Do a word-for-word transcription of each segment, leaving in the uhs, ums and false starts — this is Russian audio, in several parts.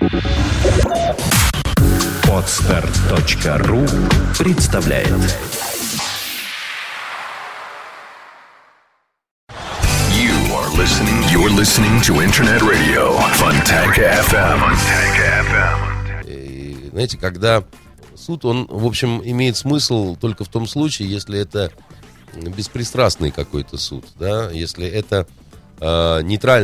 Подстер точка ру представляет. You are listening. You're listening to Internet Radio Fontanka эф эм. Fontanka эф эм. И, знаете, когда суд, он, в общем, имеет смысл только в том случае, если это беспристрастный какой-то суд, да, если это э,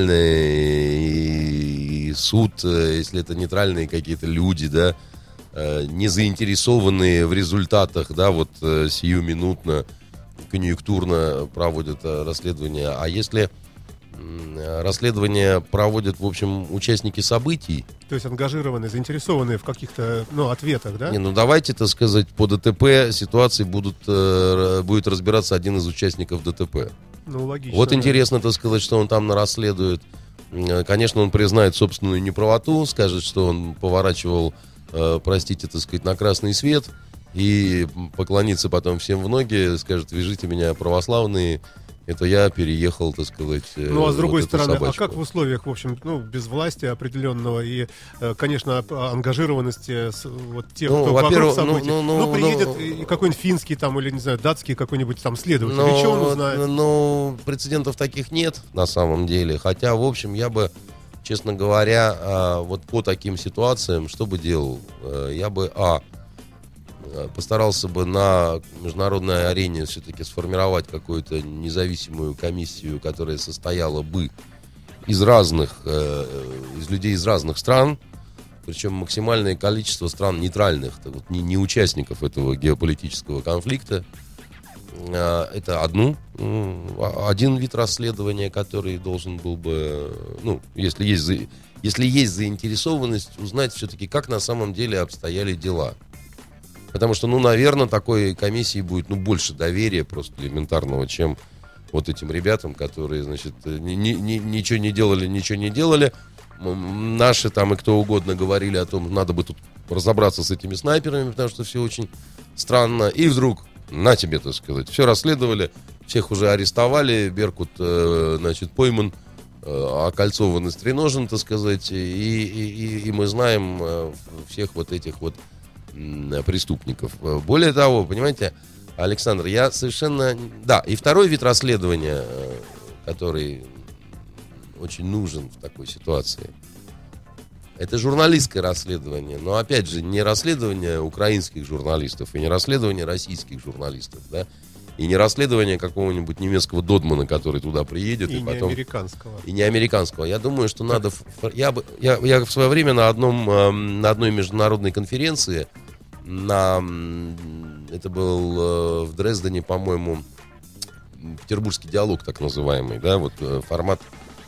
нейтральный суд, если это нейтральные какие-то люди, да, э, не заинтересованные в результатах, да, вот э, сиюминутно, конъюнктурно проводят э, расследование, а если э, расследование проводят, в общем, участники событий. То есть ангажированные, заинтересованные в каких-то, ну, ответах, да? Не, ну давайте, так сказать, по ДТП ситуации будут, э, будет разбираться один из участников ДТП. Ну, логично. Вот да. интересно, так сказать, что он там нарасследует. Конечно, он признает собственную неправоту, скажет, что он поворачивал, э, простите, так сказать, на красный свет, и поклонится потом всем в ноги, скажет: вяжите меня, православные, это я переехал, так сказать. Ну, а с другой вот стороны, собачку. а как в условиях, в общем, ну, безвластия определенного и, конечно, ангажированности вот тех, Ну, кто во-первых, вокруг событий? ну, ну, Ну, ну, приедет ну, и какой-нибудь финский там, или, не знаю, датский какой-нибудь там следователь, Но, и что он узнает? ну, прецедентов таких нет на самом деле. Хотя, в общем, я бы, честно говоря, вот по таким ситуациям, что бы делал? Я бы, а, постарался бы на международной арене все-таки сформировать какую-то независимую комиссию, которая состояла бы из разных, из людей из разных стран, причем максимальное количество стран нейтральных, вот, не, не участников этого геополитического конфликта. Это одну, один вид расследования, который должен был бы, ну, если есть, если есть заинтересованность, узнать все-таки, как на самом деле обстояли дела. Потому что, ну, наверное, такой комиссии будет, ну, больше доверия просто элементарного, чем вот этим ребятам, которые, значит, ни, ни, ничего не делали, ничего не делали. Наши там и кто угодно говорили о том, надо бы тут разобраться с этими снайперами, потому что все очень странно. И вдруг, на тебе, так сказать, все расследовали, всех уже арестовали, Беркут, значит, пойман, окольцован и стреножен, так сказать, и, и, и мы знаем всех вот этих вот преступников. Более того, понимаете, Александр, я совершенно... Да, и второй вид расследования, который очень нужен в такой ситуации, это журналистское расследование. Но, опять же, не расследование украинских журналистов и не расследование российских журналистов, да, и не расследование какого-нибудь немецкого додмана, который туда приедет. И, и не потом... американского. И не американского. Я думаю, что надо... Я, бы... я, я в свое время на, одном, на одной международной конференции, на... это был в Дрездене, по-моему, петербургский диалог, так называемый, да, вот формат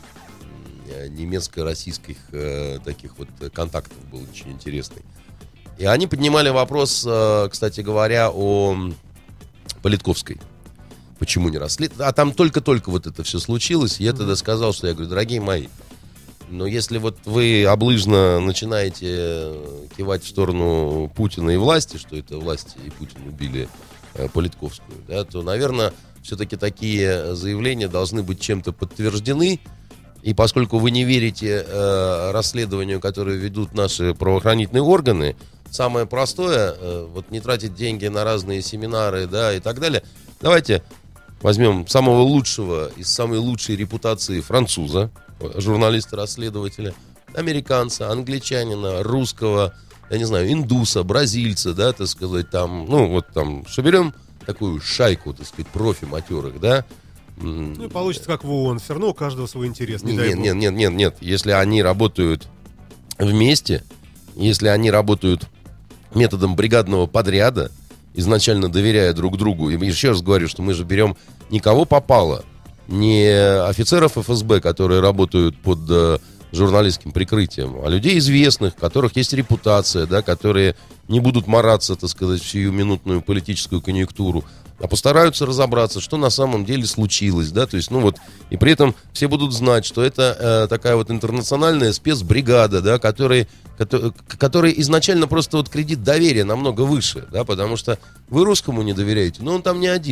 немецко-российских таких вот контактов был очень интересный. И они поднимали вопрос, кстати говоря, о Политковской. Почему не расследовали? А там только-только вот это все случилось. И я тогда сказал, что я говорю: дорогие мои, но если вот вы облыжно начинаете кивать в сторону Путина и власти, что это власти и Путин убили э, Политковскую, да, то, наверное, все-таки такие заявления должны быть чем-то подтверждены. И поскольку вы не верите э, расследованию, которое ведут наши правоохранительные органы, самое простое, э, вот не тратить деньги на разные семинары, да, и так далее. Давайте возьмем самого лучшего из самой лучшей репутации француза, журналиста-расследователя, американца, англичанина, русского, я не знаю, индуса, бразильца, да, так сказать, там, ну, вот там, соберем такую шайку, так сказать, профи матерых, да. Ну, получится как в ООН, все равно у каждого свой интерес. Не нет, нет, нет, нет, нет, если они работают вместе, если они работают методом бригадного подряда, изначально доверяя друг другу, и еще раз говорю, что мы же берем никого попало, не офицеров эф эс бэ, которые работают под э, журналистским прикрытием, а людей известных, у которых есть репутация, да, которые не будут мараться, так сказать, в сиюминутную политическую конъюнктуру, а постараются разобраться, что на самом деле случилось, да, то есть, ну вот, и при этом все будут знать, что это э, такая вот интернациональная спецбригада, да, которая, которая, которая изначально просто вот кредит доверия намного выше, да, потому что вы русскому не доверяете, но он там не один.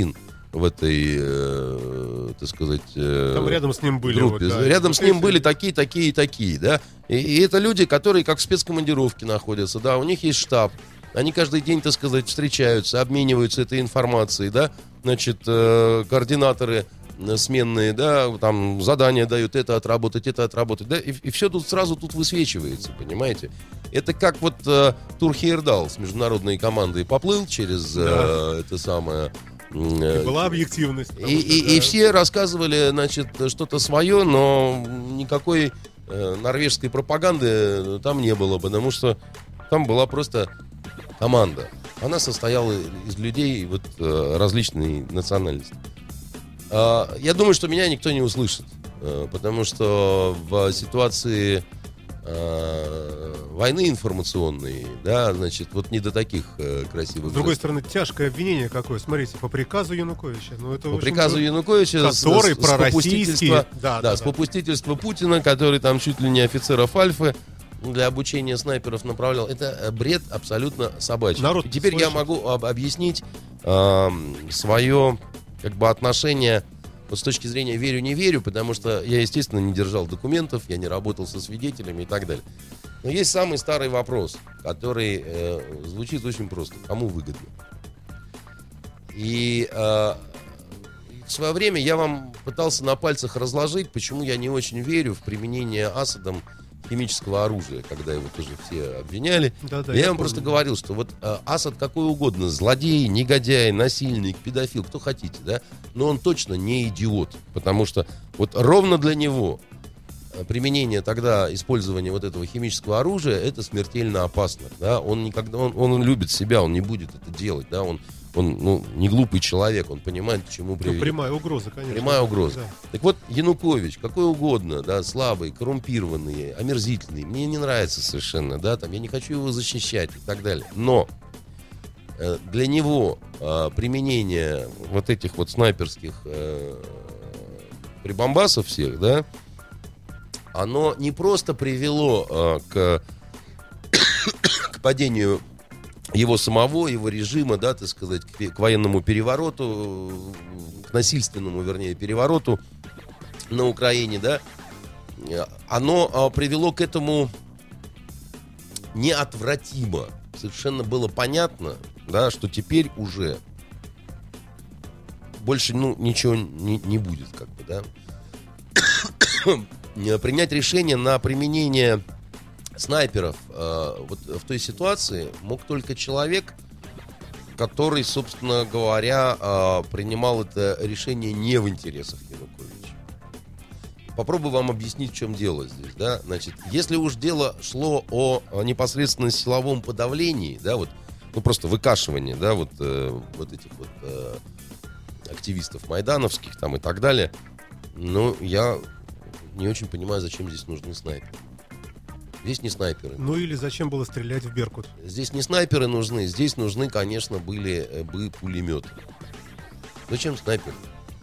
в этой, э, так сказать, э, Там рядом с ним были. группе. Вот, да, рядом и с ним вот были эти- такие, такие и такие, да. И, и это люди, которые как в спецкомандировке находятся, да, у них есть штаб. Они каждый день, так сказать, встречаются, обмениваются этой информацией, да. Значит, э, координаторы э, сменные, да, там задания дают, это отработать, это отработать, да, и, и все тут сразу тут высвечивается, понимаете? Это как вот э, Тур Хейердал с международной командой поплыл через э, Да. это самое... И э, была объективность. и, потому что, и- да, и все рассказывали, значит, что-то свое, но никакой э, норвежской пропаганды там не было, потому что там была просто команда. Она состояла из людей вот, э, различной национальности. А, я думаю, что меня никто не услышит, э, потому что в ситуации э, войны информационной, да, значит, вот не до таких э, красивых С другой жестов. стороны, тяжкое обвинение какое. Смотрите, по приказу Януковича. Ну, это, в По общем, приказу ну, Януковича, с- который с- с пророссийский. попустительства- Да, Да, да, с да. попустительства Путина, который там чуть ли не офицеров Альфы для обучения снайперов направлял. Это э, бред абсолютно собачий. Народ И теперь я слышит. могу об- объяснить свое как бы отношение вот с точки зрения верю-не верю, потому что я, естественно, не держал документов, я не работал со свидетелями и так далее. Но есть самый старый вопрос, который э, звучит очень просто. Кому выгодно? И э, в свое время я вам пытался на пальцах разложить, почему я не очень верю в применение Асадом химического оружия, когда его тоже все обвиняли. Да, да, я, я вам помню. просто говорил, что вот э, Асад какой угодно, злодей, негодяй, насильник, педофил, кто хотите, да, но он точно не идиот, потому что вот ровно для него э, применение тогда, использование вот этого химического оружия, это смертельно опасно, да, он никогда, он, он любит себя, он не будет это делать, да, он, он ну, не глупый человек, он понимает, к чему Ну, приведет. прямая угроза, конечно. Прямая угроза. Да. Так вот, Янукович, какой угодно, да, слабый, коррумпированный, омерзительный, мне не нравится совершенно, да, там, я не хочу его защищать и так далее. Но э, для него э, применение вот этих вот снайперских э, прибамбасов всех, да, оно не просто привело э, к, к падению его самого, его режима, да, так сказать, к, к военному перевороту, к насильственному, вернее, перевороту на Украине, да, оно а, привело к этому неотвратимо. Совершенно было понятно, да, что теперь уже больше, ну, ничего не, не будет, как бы, да. Принять решение на применение снайперов э, вот в той ситуации мог только человек, который, собственно говоря, э, принимал это решение не в интересах Януковича. Попробую вам объяснить, в чем дело здесь, да. Значит, если уж дело шло о, о непосредственно силовом подавлении, да, вот, ну просто выкашивании, да, вот, э, вот этих вот э, активистов майдановских там и так далее, ну, я не очень понимаю, зачем здесь нужны снайперы. Здесь не снайперы. Ну или зачем было стрелять в Беркут? Здесь не снайперы нужны. Здесь нужны, конечно, были э, бы пулеметы. Зачем снайперы?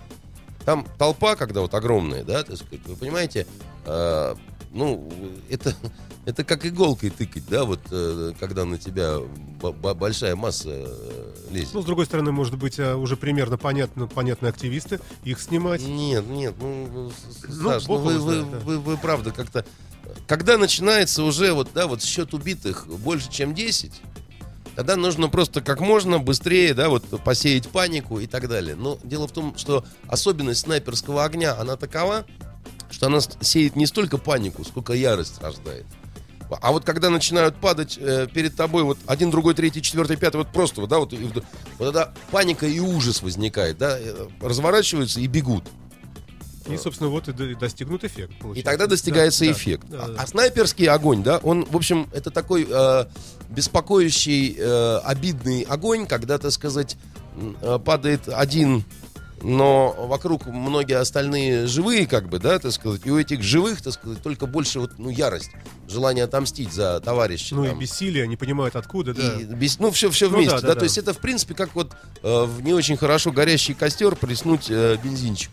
Там толпа, когда вот огромная, да, так сказать, вы понимаете, э, ну, это, это как иголкой тыкать, да, вот, э, когда на тебя б- б- большая масса э, лезет. Ну, с другой стороны, может быть, а, уже примерно понятно, понятны активисты, их снимать. Нет, нет, ну, С- Ну, Саш, ну, бог вы, его вы, знает, да. вы, вы правда как-то... Когда начинается уже вот, да, вот счет убитых больше, чем десять, тогда нужно просто как можно быстрее, да, вот посеять панику и так далее. Но дело в том, что особенность снайперского огня, она такова, что она с- сеет не столько панику, сколько ярость рождает. А вот когда начинают падать э, перед тобой вот один, другой, третий, четвертый, пятый, вот просто, вот, да, вот, и вдруг- вот тогда паника и ужас возникает, да, э, разворачиваются и бегут. И, собственно, вот и до- достигнут эффект. И получается. тогда достигается Да, эффект. да, А, да. а снайперский огонь, да, он, в общем, это такой э, беспокоящий, э, обидный огонь, когда, так сказать, м, э, падает один, но вокруг многие остальные живые, как бы, да, так сказать, и у этих живых, так сказать, только больше вот, ну, ярость, желание отомстить за товарища. Ну и там. бессилие, не понимают откуда, да. И без- ну, все, все Ну вместе, да, да, да, то да. есть это, в принципе, как вот э, в не очень хорошо горящий костер плеснуть э, бензинчику.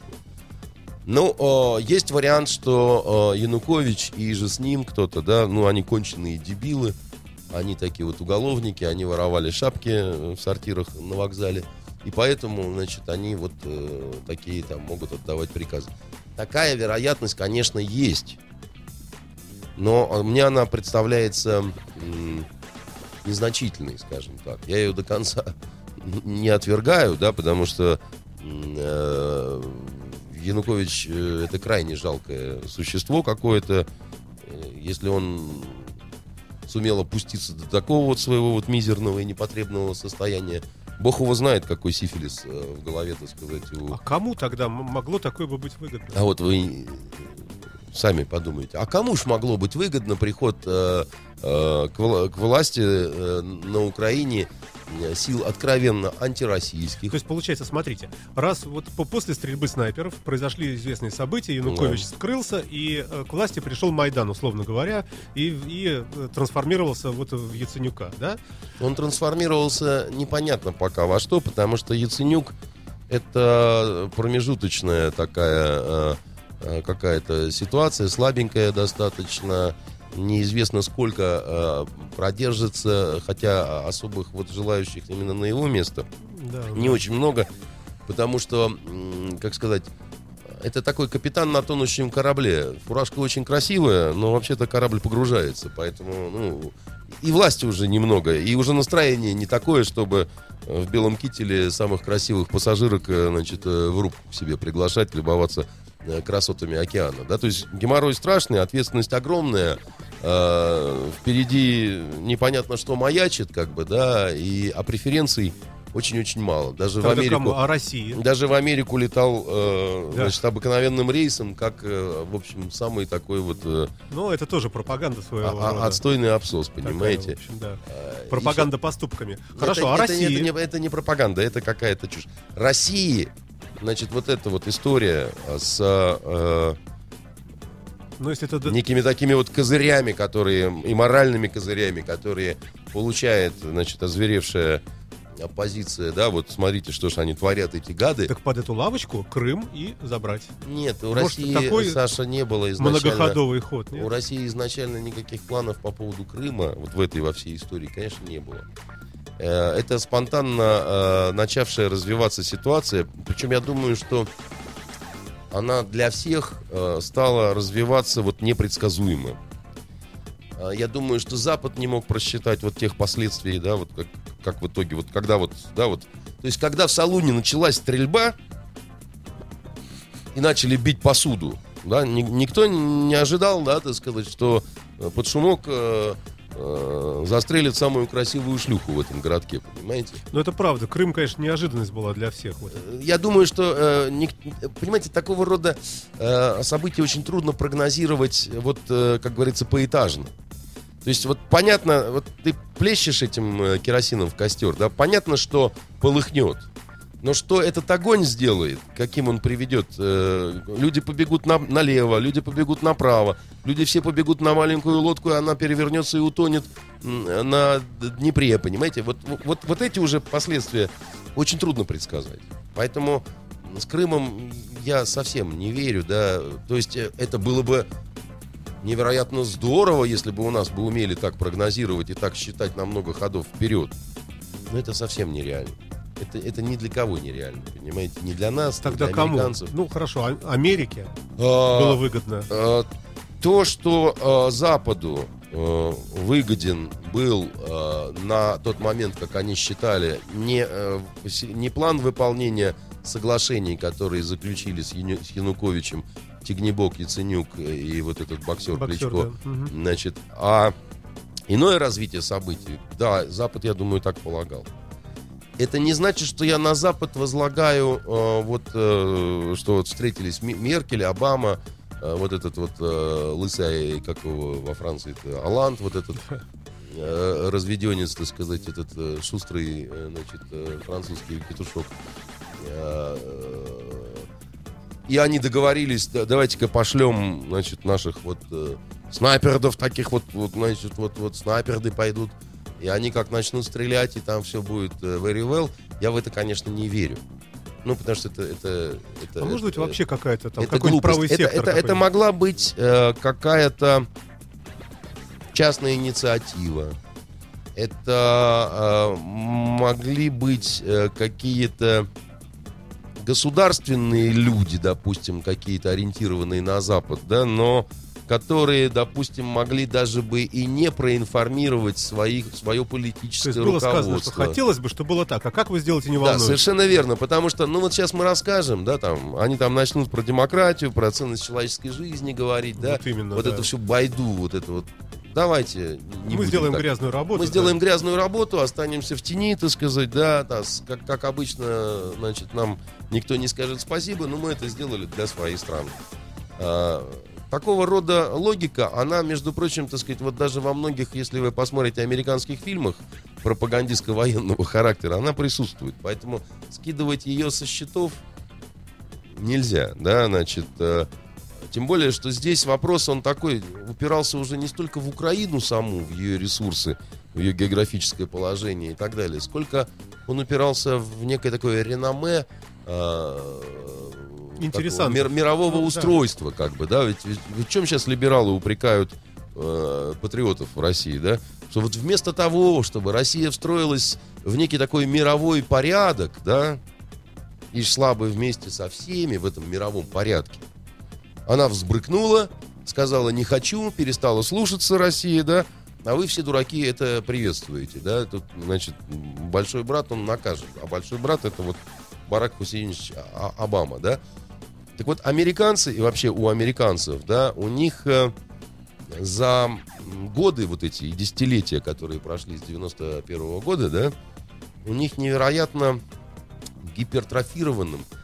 Ну, э, есть вариант, что э, Янукович и же с ним кто-то, да, ну, они конченые дебилы, они такие вот уголовники, они воровали шапки в сортирах на вокзале, и поэтому, значит, они вот э, такие там могут отдавать приказы. Такая вероятность, конечно, есть. Но мне она представляется м, незначительной, скажем так. Я ее до конца не отвергаю, да, потому что э, Янукович э, это крайне жалкое существо какое-то. Если он сумел опуститься до такого вот своего вот мизерного и непотребного состояния, Бог его знает, какой сифилис э, в голове, так сказать. У... А кому тогда м- могло такое бы быть выгодно? А вот вы сами подумайте, а кому ж могло быть выгодно приход э, э, к, вла- к власти э, на Украине сил откровенно антироссийских? То есть, получается, смотрите, раз вот по- после стрельбы снайперов произошли известные события, Янукович Да. скрылся, и э, к власти пришел Майдан, условно говоря, и, и э, трансформировался вот в Яценюка, да? Он трансформировался непонятно пока во что, потому что Яценюк это промежуточная такая э, э, какая-то ситуация, слабенькая достаточно, неизвестно сколько э, продержится, хотя особых вот желающих именно на его место Да, не да. очень много, потому что, м, как сказать, это такой капитан на тонущем корабле. Фуражка очень красивая, но вообще-то корабль погружается, поэтому, ну, и власти уже немного, и уже настроение не такое, чтобы в белом кителе самых красивых пассажирок, э, значит, э, в рубку к себе приглашать, любоваться э, красотами океана, да, то есть геморрой страшный, ответственность огромная, э, впереди непонятно что маячит, как бы, да, и, а преференций очень-очень мало. Даже в Тогда Америку, кому? А России? даже в Америку летал, э, Да. значит, обыкновенным рейсом, как, э, в общем, самый такой вот э, Ну, это тоже пропаганда своего а- а- рода. отстойный абсос, Такая, понимаете? в общем, да. Э, Пропаганда поступками. еще- Хорошо, это, а это- Россия? Это, не, это не пропаганда, это какая-то чушь. России, значит, вот эта вот история с э, Ну, если это... некими такими вот козырями, которые, и моральными козырями, которые получает, значит, озверевшая оппозиция, да, вот смотрите, что ж они творят, эти гады. Так под эту лавочку Крым и забрать. Нет, у Может, России, такой Саша, не было изначально... Многоходовый ход, нет? У России изначально никаких планов по поводу Крыма, вот в этой во всей истории, конечно, не было. Э, Это спонтанно э, начавшая развиваться ситуация, причем я думаю, что она для всех э, стала развиваться вот непредсказуемо. Э, Я думаю, что Запад не мог просчитать вот тех последствий, да, вот как, как в итоге, вот когда вот, да, вот, то есть когда в Солуне началась стрельба и начали бить посуду, да, ни- никто не ожидал, да, так сказать, что э, под шумок э, э, застрелит самую красивую шлюху в этом городке, понимаете? Ну, это правда. Крым, конечно, неожиданность была для всех. Вот. Я думаю, что, э, ник- понимаете, такого рода э, события очень трудно прогнозировать, вот, э, как говорится, поэтажно. То есть, вот понятно, вот ты плещешь этим э, керосином в костер, да, понятно, что полыхнет. Но что этот огонь сделает, каким он приведет? Э, люди побегут на- налево, люди побегут направо, люди все побегут на маленькую лодку, и она перевернется и утонет м, на Днепре, понимаете? Вот, вот, вот эти уже последствия очень трудно предсказать. Поэтому с Крымом я совсем не верю, да. То есть э, это было бы невероятно здорово, если бы у нас бы умели так прогнозировать и так считать на много ходов вперед. Но это совсем нереально. Это, это ни для кого нереально, понимаете? Не для нас, Тогда не для кому? американцев. Ну, хорошо, а- Америке А, было выгодно. а, то, что а, Западу а, выгоден был а, на тот момент, как они считали, не, а, с- не план выполнения соглашений, которые заключили с, Яну- с Януковичем, Тягнебок, Яценюк и вот этот боксер, Боксер, Кличко, да. Мгм. значит, а иное развитие событий, да, Запад, я думаю, так полагал. Это не значит, что я на Запад возлагаю, э, вот, э, что вот встретились М- Меркель, Обама, э, вот этот вот э, лысый, как его во Франции, это Оланд, вот этот э, разведенец, так сказать, этот э, шустрый, э, значит, э, французский петушок. Э, И они договорились, да, давайте-ка пошлем, значит, наших вот э, снайпердов таких вот, вот, значит, вот, вот снайперды пойдут. И они как начнут стрелять, и там все будет э, very well. Я в это, конечно, не верю. Ну, потому что это... это, это А может быть, это- вообще какая-то там, это какой-нибудь глупость. правый Это, сектор? это, это какой-нибудь? могла быть э, какая-то частная инициатива. это э, могли быть э, какие-то государственные люди, допустим, какие-то ориентированные на Запад, да, но которые, допустим, могли даже бы и не проинформировать своих, свое политическое То есть было руководство. сказано, что хотелось бы, чтобы было так. А как вы сделаете, не Да, волнуйтесь. совершенно верно, потому что, ну вот сейчас мы расскажем, да, там, они там начнут про демократию, про ценность человеческой жизни говорить, да, Вот именно, вот да. это все байду, вот это вот. Давайте не Мы будем сделаем так. грязную работу. Мы да. сделаем грязную работу, останемся в тени, так сказать, да, да, с- как, как обычно, значит, нам никто не скажет спасибо, но мы это сделали для своей страны. А, такого рода логика, она, между прочим, так сказать, вот даже во многих, если вы посмотрите американских фильмах пропагандистско-военного характера, она присутствует, поэтому скидывать ее со счетов нельзя, да, значит, э, тем более, что здесь вопрос, он такой, упирался уже не столько в Украину саму, в ее ресурсы, в ее географическое положение и так далее, сколько он упирался в некое такое реноме э, Интересантов. такого мир- мирового Ну, да. устройства, как бы, да, ведь, ведь в чем сейчас либералы упрекают э, патриотов в России, да, что вот вместо того, чтобы Россия встроилась в некий такой мировой порядок, да, и шла бы вместе со всеми в этом мировом порядке, она взбрыкнула, сказала «не хочу», перестала слушаться Россия, да, а вы все дураки это приветствуете, да, тут, значит, большой брат, он накажет, а большой брат это вот Барак Хусейнович А- Обама, да. Так вот, американцы, и вообще у американцев, да, у них э, за годы вот эти, и десятилетия, которые прошли с девяносто первого года, да, у них невероятно гипертрофированным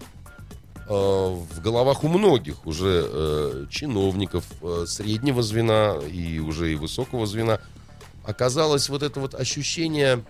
э, в головах у многих уже э, чиновников э, среднего звена и уже и высокого звена оказалось вот это вот ощущение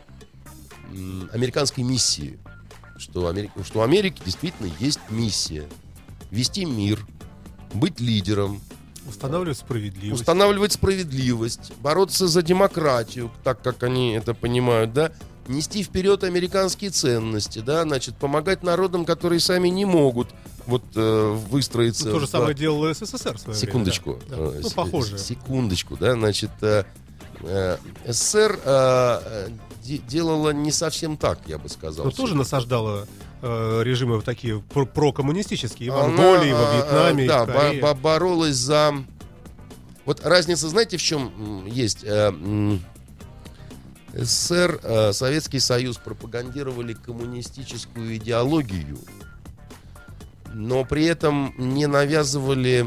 м, американской миссии, что, Амери... что у Америки действительно есть миссия вести мир, быть лидером, Устанавливать справедливость. устанавливать справедливость, бороться за демократию, так как они это понимают, да, нести вперед американские ценности, да, значит, помогать народам, которые сами не могут вот э, выстроиться. Ну, то же в- самое делал СССР в свое Секундочку. время. Да. Да. Э, Ну, с- похоже. Секундочку, да, значит, э, э, СССР э, э, де- делала не совсем так, я бы сказал. Но тоже насаждала э, режимы вот такие про- прокоммунистические. В Она, Анголии, во э, Вьетнаме, Да, в Корее. бо- бо- боролась за... Вот разница, знаете, в чем м, есть? Э, м, СССР, э, Советский Союз пропагандировали коммунистическую идеологию, но при этом не навязывали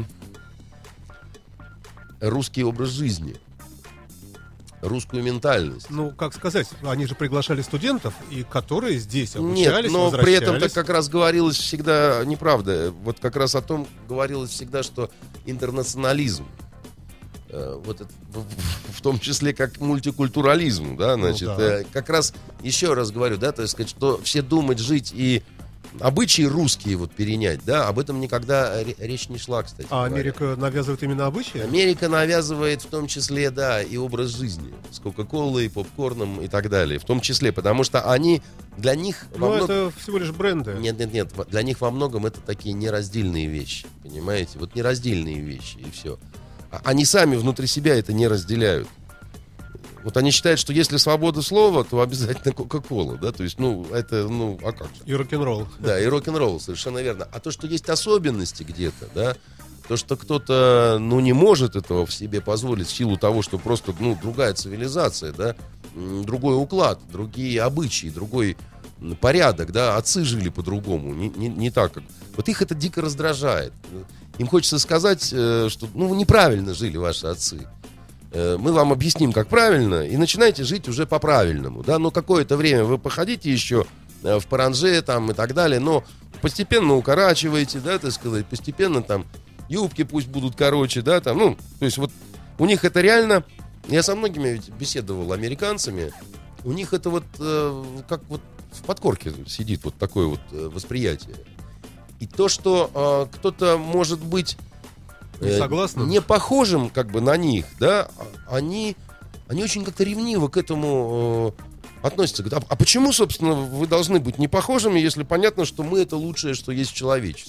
русский образ жизни, русскую ментальность. Ну, как сказать, они же приглашали студентов, и которые здесь Нет, обучались, но при этом так возвращались. как раз говорилось всегда неправда. Вот как раз о том говорилось всегда, что интернационализм, э, вот это, в, в- в том числе как мультикультурализм, да, значит, Ну да. э, как раз еще раз говорю, да, то есть сказать, что все думать, жить и обычаи русские вот перенять, да, об этом никогда ре- речь не шла, кстати. А говоря. Америка навязывает именно обычаи? Америка навязывает в том числе, да, и образ жизни с Кока-Колой, попкорном и так далее. В том числе, потому что они, для них... во Ну, многом- это всего лишь бренды. Нет, нет, нет. Для них во многом это такие нераздельные вещи. Понимаете? Вот нераздельные вещи, и все. А они сами внутри себя это не разделяют. Вот они считают, что если свобода слова, то обязательно Кока-Кола, да, то есть, ну, это, ну, а как же? И рок-н-ролл. Да, и рок-н-ролл, совершенно верно. А то, что есть особенности где-то, да, то, что кто-то, ну, не может этого в себе позволить в силу того, что просто, ну, другая цивилизация, да, м, другой уклад, другие обычаи, другой м, порядок, да, отцы жили по-другому, не, не, не так, как... Вот их это дико раздражает. Им хочется сказать, э, что, ну, неправильно жили ваши отцы. Э, Мы вам объясним, как правильно, и начинайте жить уже по-правильному, да, но какое-то время вы походите еще э, в паранже там и так далее, но постепенно укорачиваете, да, так сказать, постепенно там юбки пусть будут короче, да, там, ну, то есть вот у них это реально, я со многими ведь беседовал американцами, у них это вот э, как вот в подкорке сидит вот такое вот э, восприятие. И то, что э, кто-то может быть Не согласны? не похожим как бы на них, да, а- они, они очень как-то ревниво к этому э, относятся. Говорят, а, а почему, собственно, вы должны быть не похожими, если понятно, что мы это лучшее, что есть в человечестве?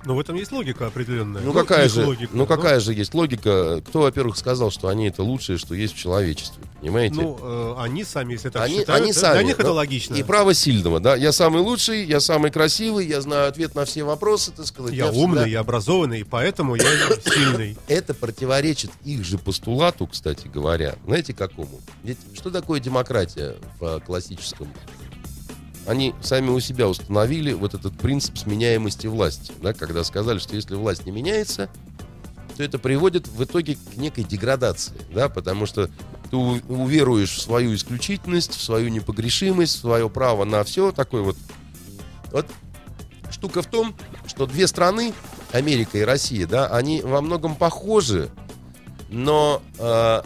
Но в этом есть логика определенная. Ну, какая же, логика, ну какая же есть логика? Кто, во-первых, сказал, что они это лучшее, что есть в человечестве? Понимаете? Ну, э, они сами, если так Они, считают, они да, сами, для них это ну, логично. И право сильного, да. Я самый лучший, я самый красивый, я знаю ответ на все вопросы, так сказать. Я, я всегда... умный, я образованный, и поэтому я сильный. Это противоречит их же постулату, кстати говоря. Знаете, какому? Ведь что такое демократия в классическом? Они сами у себя установили вот этот принцип сменяемости власти, да, когда сказали, что если власть не меняется, то это приводит в итоге к некой деградации, да, потому что ты уверуешь в свою исключительность, в свою непогрешимость, в свое право на все такое вот. Вот штука в том, что две страны, Америка и Россия, да, они во многом похожи, но э,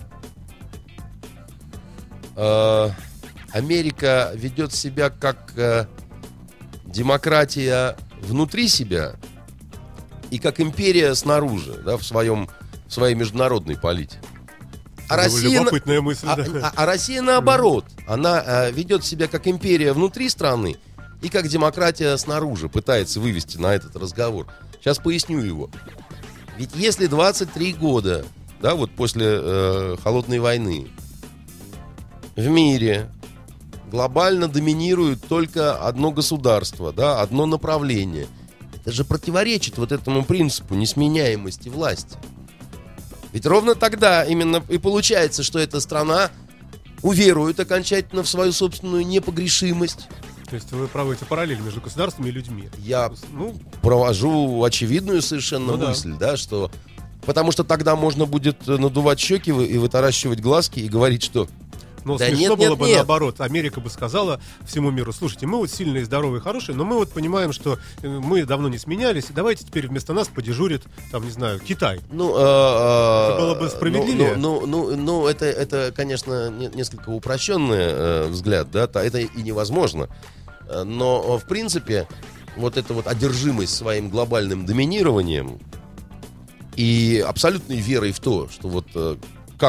э, Америка ведет себя как э, демократия внутри себя и как империя снаружи, да, в, своем, в своей международной политике. А Россия, любопытная мысль, а, да. а, а Россия наоборот. Она э, ведет себя как империя внутри страны и как демократия снаружи. Пытается вывести на этот разговор. Сейчас поясню его. Ведь если двадцать три года, да, вот после э, холодной войны в мире глобально доминирует только одно государство, да, одно направление. Это же противоречит вот этому принципу несменяемости власти. Ведь ровно тогда именно и получается, что эта страна уверует окончательно в свою собственную непогрешимость. То есть вы проводите параллель между государством и людьми. Я ну, провожу очевидную совершенно ну, мысль, да. да, что... Потому что тогда можно будет надувать щеки и вытаращивать глазки и говорить, что... Но да смешно нет, было нет, бы нет. наоборот. Америка бы сказала всему миру: слушайте, мы вот сильные, здоровые, хорошие, но мы вот понимаем, что мы давно не сменялись, давайте теперь вместо нас подежурит, там, не знаю, Китай. Ну, это было бы справедливее. Ну, ну, ну, ну это, это, конечно, несколько упрощенный э, взгляд, да, это и невозможно. Но, в принципе, вот эта вот одержимость своим глобальным доминированием и абсолютной верой в то, что вот э, как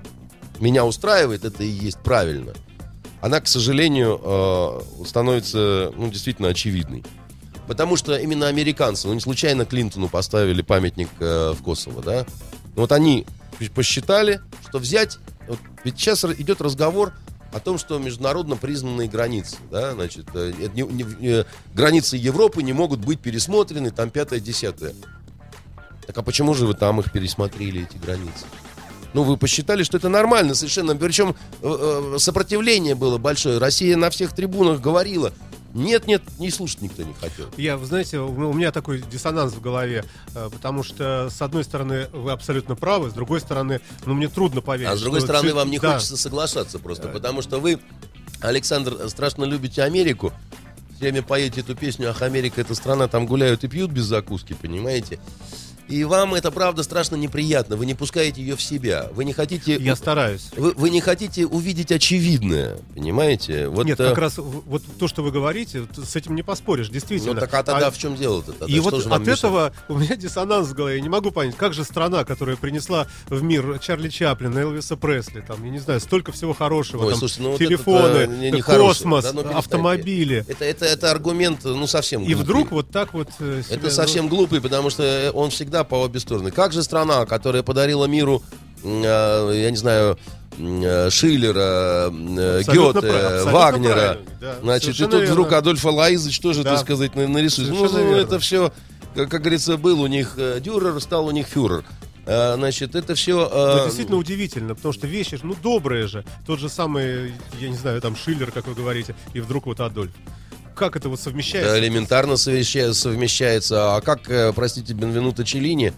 меня устраивает, это и есть правильно, она, к сожалению, э, становится, ну, действительно очевидной. Потому что именно американцы, ну, не случайно Клинтону поставили памятник э, в Косово, да? Вот они посчитали, что взять... Вот, ведь сейчас идет разговор о том, что международно признанные границы, да, значит, э, не, не, э, границы Европы не могут быть пересмотрены, там пятое-десятое. Так а почему же вы там их пересмотрели, эти границы? Ну, вы посчитали, что это нормально совершенно. Причем э, э, сопротивление было большое. Россия на всех трибунах говорила: нет, нет, не слушать никто не хотел. Я, вы знаете, у меня такой диссонанс в голове, потому что, с одной стороны, вы абсолютно правы, с другой стороны, ну, мне трудно поверить. А с другой что стороны, чуть... вам не да. хочется соглашаться просто, потому что вы, Александр, страшно любите Америку. Все время поете эту песню: «Ах, Америка, это страна, там гуляют и пьют без закуски», понимаете? И вам это, правда, страшно неприятно. Вы не пускаете ее в себя. Вы не хотите... Я стараюсь. Вы, вы не хотите увидеть очевидное, понимаете? Вот, Нет, как раз вот то, что вы говорите, с этим не поспоришь, действительно. Ну так а тогда а... в чем дело-то? Тогда и что вот же вам от мешает? этого у меня диссонанс в голове. Я не могу понять, как же страна, которая принесла в мир Чарли Чаплина, Элвиса Пресли, там, я не знаю, столько всего хорошего, Ой, там, слушайте, ну вот телефоны, это, не, не космос, да, ну, автомобили. Это, это, это аргумент, ну, совсем глупый. И вдруг вот так вот... Себя, это совсем ну... глупый, потому что он всегда по обе стороны. Как же страна, которая подарила миру, э, я не знаю, э, Шиллера, э, Гёте, прав, Вагнера, да, значит, и тут верно. Вдруг Адольф Алаизович тоже, да. так сказать, нарисует. Ну, ну, это все, как, как говорится, был у них дюрер, стал у них фюрер. А, значит, это все... Это действительно удивительно, потому что вещи, ну, добрые же. Тот же самый, я не знаю, там, Шиллер, как вы говорите, и вдруг вот Адольф. Как это вот совмещается? Да, элементарно совмещается. А как, простите, Бенвенуто Челлини,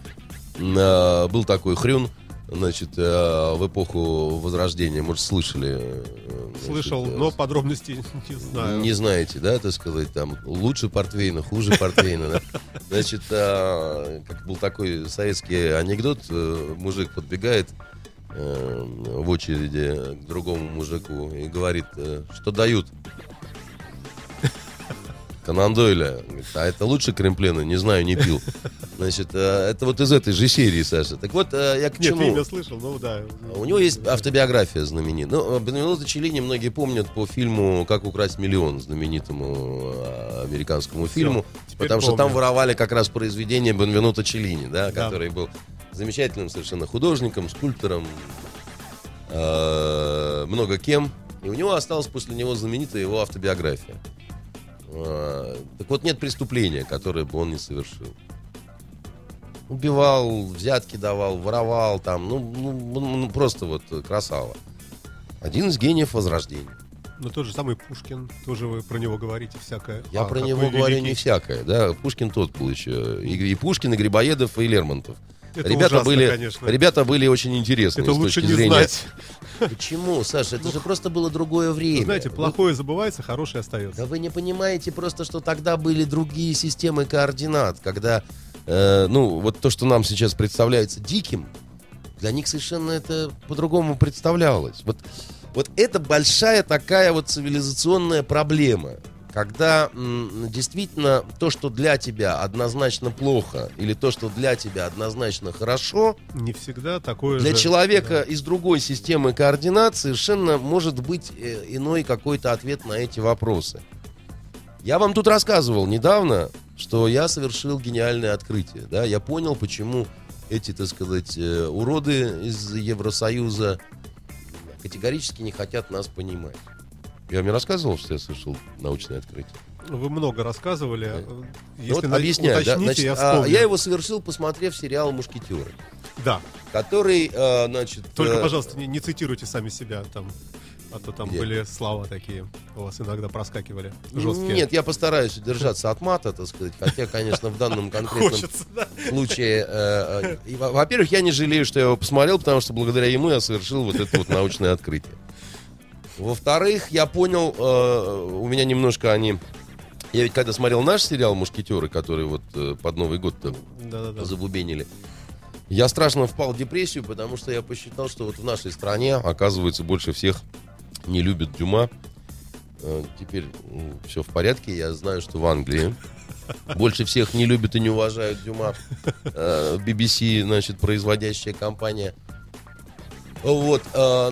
был такой хрюн, значит, в эпоху Возрождения, может, слышали? Слышал, значит, но подробностей не знаю. Не знаете, да, так сказать, там, лучше портвейна, хуже портвейна, да? Значит, как был такой советский анекдот, мужик подбегает в очереди к другому мужику и говорит: что дают? Конан Дойля. А это лучше Кремплена? Не знаю, не пил. Значит, это вот из этой же серии, Саша. Так вот, я к чему? Нет, имя слышал, ну да. У него есть автобиография знаменитая. Ну, Бенвенуто Челлини многие помнят по фильму «Как украсть миллион», знаменитому американскому фильму. Все, потому помню. Что там воровали как раз произведение Бенвенуто Челлини, да, да. который был замечательным совершенно художником, скульптором, э, много кем. И у него осталась после него знаменитая его автобиография. Э, так вот, нет преступления, которое бы он не совершил. Убивал, взятки давал, воровал там, ну, ну, ну просто вот красава. Один из гениев Возрождения. Ну, тот же самый Пушкин, тоже вы про него говорите всякое. Я а, про него говорю великий. Не всякое, да. Пушкин тот был еще. И, и Пушкин, и Грибоедов, и Лермонтов. Это ребята, ужасно, были, конечно. ребята были очень интересные. Это с лучше точки не зрения... знать. Почему, Саша? Это ну, же просто было другое время. Вы знаете, плохое забывается, хорошее остается. Да вы не понимаете просто, что тогда были другие системы координат, когда, э, ну, вот то, что нам сейчас представляется диким, для них совершенно это по-другому представлялось. Вот, вот это большая такая вот цивилизационная проблема. Когда м, действительно то, что для тебя однозначно плохо, или то, что для тебя однозначно хорошо, не всегда такое для же, человека да. из другой системы координат совершенно может быть э, иной какой-то ответ на эти вопросы. Я вам тут рассказывал недавно, что я совершил гениальное открытие. Да? Я понял, почему эти, так сказать, э, уроды из Евросоюза категорически не хотят нас понимать. Я вам не рассказывал, что я совершил научное открытие? Вы много рассказывали. Если вот на... объясняю, уточните, да? Значит, я вспомню. а, я его совершил, посмотрев сериал «Мушкетеры». Да. Который, а, значит... Только, а... пожалуйста, не, не цитируйте сами себя там. А то там Где? Были слова такие, у вас иногда проскакивали, жесткие. Нет, я постараюсь удержаться от мата, так сказать. Хотя, конечно, в данном конкретном Хочется, да. случае... Э, э, во-первых, я не жалею, что я его посмотрел, потому что благодаря ему я совершил вот это вот научное открытие. Во-вторых, я понял, э, у меня немножко они... Я ведь когда смотрел наш сериал «Мушкетеры», который вот э, под Новый год-то Да-да-да. забубенили, я страшно впал в депрессию, потому что я посчитал, что вот в нашей стране, оказывается, больше всех не любят Дюма. Э, теперь э, все в порядке, я знаю, что в Англии больше всех не любят и не уважают Дюма. Э, би би си, значит, производящая компания. Вот, э,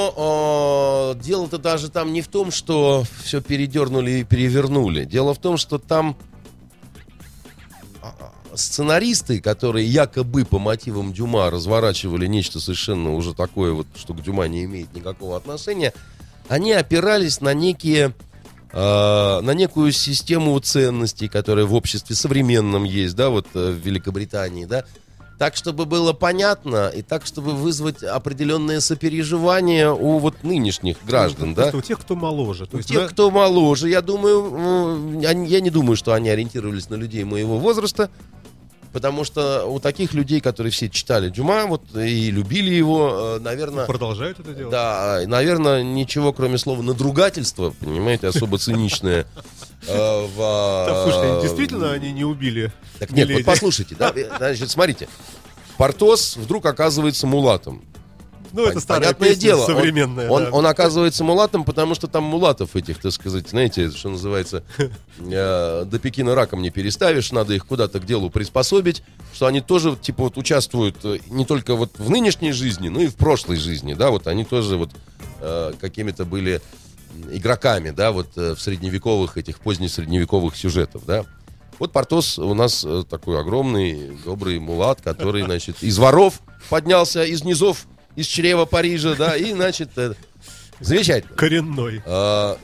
но э, дело-то даже там не в том, что все передернули и перевернули. Дело в том, что там сценаристы, которые якобы по мотивам Дюма разворачивали нечто совершенно уже такое, вот, что к Дюма не имеет никакого отношения, они опирались на некие, э, на некую систему ценностей, которая в обществе современном есть, да, вот в Великобритании, да. Так, чтобы было понятно, и так, чтобы вызвать определенное сопереживание у вот нынешних граждан, ну, да? У тех, кто моложе. То у есть, тех, да? кто моложе, я думаю, я не думаю, что они ориентировались на людей моего возраста, потому что у таких людей, которые все читали Дюма, вот, и любили его, наверное... Продолжают это делать? Да, наверное, ничего, кроме слова надругательство, понимаете, особо циничное. Слушайте, действительно они не убили? Так нет, вот послушайте, значит, смотрите. Портос вдруг оказывается мулатом. Ну, это старое Понятное дело, современное. Он, да. он, он оказывается мулатом, потому что там мулатов этих, так сказать, знаете, что называется, э, до Пекина раком не переставишь, надо их куда-то к делу приспособить, что они тоже, типа, вот участвуют не только вот в нынешней жизни, но и в прошлой жизни, да, вот они тоже вот э, какими-то были игроками, да, вот э, в средневековых этих, позднесредневековых сюжетов, да. Вот Портос у нас э, такой огромный, добрый мулат, который, значит, из воров поднялся, из низов, из чрева Парижа, да, и, значит, э, замечательно. Коренной. А,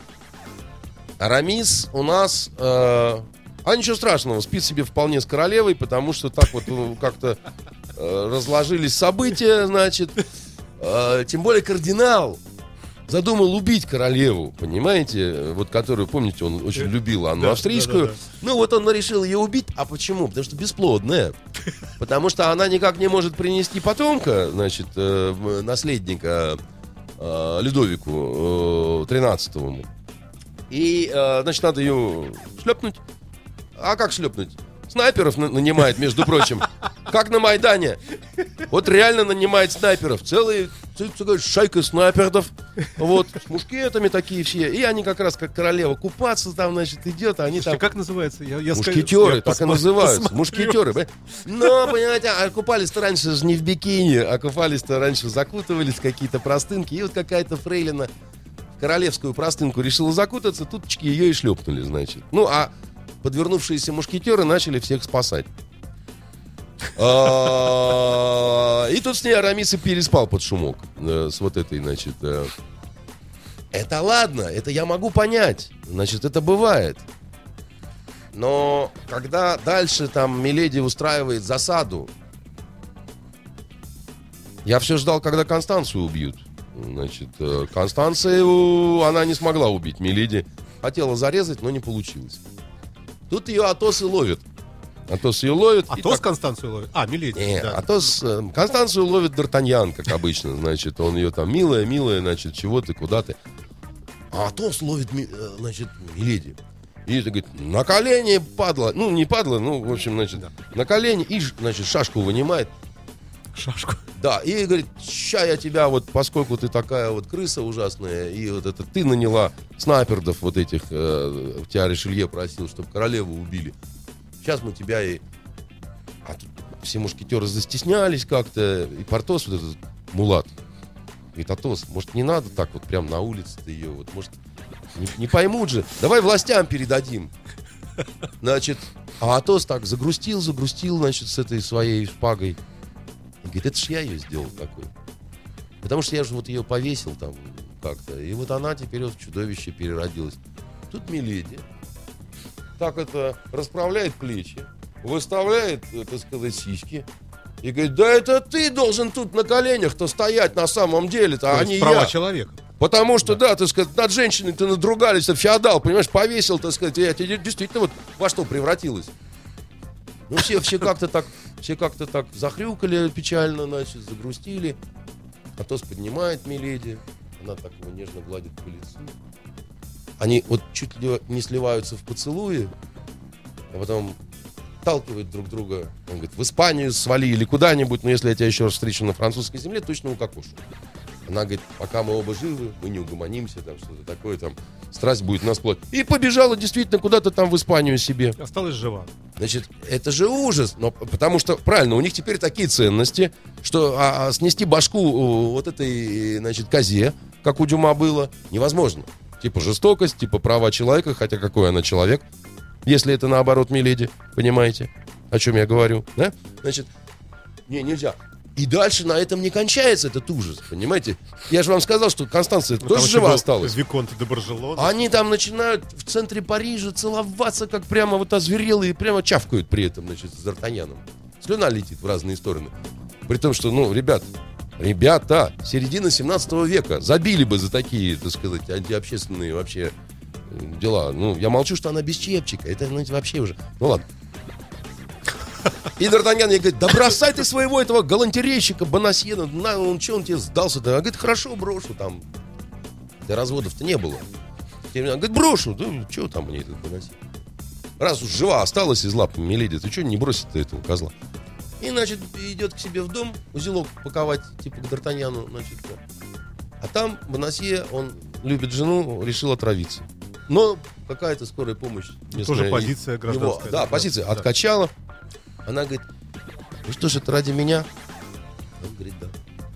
Арамис у нас, а, а ничего страшного, спит себе вполне с королевой, потому что так вот ну, как-то а, разложились события, значит, а, тем более кардинал задумал убить королеву, понимаете, вот которую, помните, он очень любил Анну да, Австрийскую. Да, да, да. Ну вот он решил ее убить, а почему? Потому что бесплодная, потому что она никак не может принести потомка, значит, э, наследника э, Людовику тринадцатому. И, э, значит, надо ее шлепнуть. А как шлепнуть? Снайперов нанимает, между прочим. Как на Майдане. Вот реально нанимает снайперов. Целый, стоит такая шайка снайперов, вот, с мушкетами такие все. И они как раз, как королева, купаться там, значит, идет, а они Слушайте, там... как называется? Я, я Мушкетеры, я так посмотрю, и называются. посмотрю. Мушкетеры. понимаете? Но, понимаете, а купались-то раньше же не в бикини, а купались-то раньше закутывались в какие-то простынки. И вот какая-то фрейлина в королевскую простынку решила закутаться, туточки ее и шлепнули, значит. Ну, а подвернувшиеся мушкетеры начали всех спасать. И тут с ней Арамис и переспал под шумок. С вот этой, значит... Это ладно, это я могу понять. Значит, это бывает. Но когда дальше там Миледи устраивает засаду, я все ждал, когда Констанцию убьют. Значит, Констанцию она не смогла убить. Миледи хотела зарезать, но не получилось. Тут ее Атос и ловит. Атос ее ловит. Атос так... Констанцию ловит? А, Миледи. Не, да. Атос... Констанцию ловит Д'Артаньян, как обычно. Значит, он ее там, милая, милая, значит, чего ты, куда ты. А Атос ловит, значит, Миледи. И это, говорит, на колени, падла. Ну, не падла, ну, в общем, значит, да. на колени. И, значит, шашку вынимает. Шашку. Да, и говорит, ща я тебя, вот, поскольку ты такая вот крыса ужасная, и вот это ты наняла снайперов вот этих, э, у тебя Ришелье просил, чтобы королеву убили. Сейчас мы тебя и... А тут все мушкетеры застеснялись как-то, и Портос, вот этот мулат, говорит, Атос, может, не надо так вот прям на улице-то ее, вот, может, не, не поймут же, давай властям передадим. Значит, а Атос так загрустил, загрустил, значит, с этой своей шпагой. И говорит, это ж я ее сделал такой. Потому что я же вот ее повесил там как-то, и вот она теперь вот в чудовище переродилась. Тут Миледи так это расправляет плечи, выставляет, так сказать, сиськи и говорит, да это ты должен тут на коленях-то стоять на самом деле-то, а не я. Права человека. Потому что, да, да так сказать, над женщиной-то надругались, а феодал, понимаешь, повесил, так сказать, и это действительно вот во что превратилось. Ну, все, все как-то так, все как-то так захрюкали печально, значит, загрустили. Атос поднимает Миледи, она так его нежно гладит по лицу. Они вот чуть ли не сливаются в поцелуе, а потом толкивают друг друга. Он говорит, в Испанию свали или куда-нибудь, но если я тебя еще раз встречу на французской земле, точно укокошу. Она говорит, пока мы оба живы, мы не угомонимся, там что-то такое, там страсть будет нас плоть. И побежала действительно куда-то там в Испанию себе. Осталась жива. Значит, это же ужас, но потому что, правильно, у них теперь такие ценности, что а, а, снести башку вот этой, значит, козе, как у Дюма было, невозможно. Типа жестокость, типа права человека, хотя какой она человек, если это наоборот Миледи, понимаете, о чем я говорю, да? Значит, не, нельзя. И дальше на этом не кончается этот ужас, понимаете? Я же вам сказал, что Констанция ну, тоже жива осталась. Виконт де Баржелон. Они там начинают в центре Парижа целоваться, как прямо вот озверелые, и прямо чавкают при этом, значит, с Д'Артаньяном. Слюна летит в разные стороны. При том, что, ну, ребят, ребята, середина семнадцатого века, забили бы за такие, так сказать, антиобщественные вообще дела. Ну, я молчу, что она без чепчика. Это, ну, вообще уже... Ну, ладно. И Д'Артаньян ей говорит, да бросай ты своего этого галантерейщика Бонасьена, на, он что, он тебе сдался-то? Она говорит, хорошо, брошу там. Да разводов-то не было. Она говорит, брошу, да что там мне этот Бонасьен? Раз уж жива осталась из лап Миледи, ты что не бросить-то этого козла? И, значит, идет к себе в дом, узелок паковать, типа к Д'Артаньяну, значит. А там Бонасье, он любит жену, решил отравиться. Но какая-то скорая помощь. Тоже позиция гражданская. Его, да, позиция да. Откачала. Она говорит, ну что ж, это ради меня? Он говорит, да.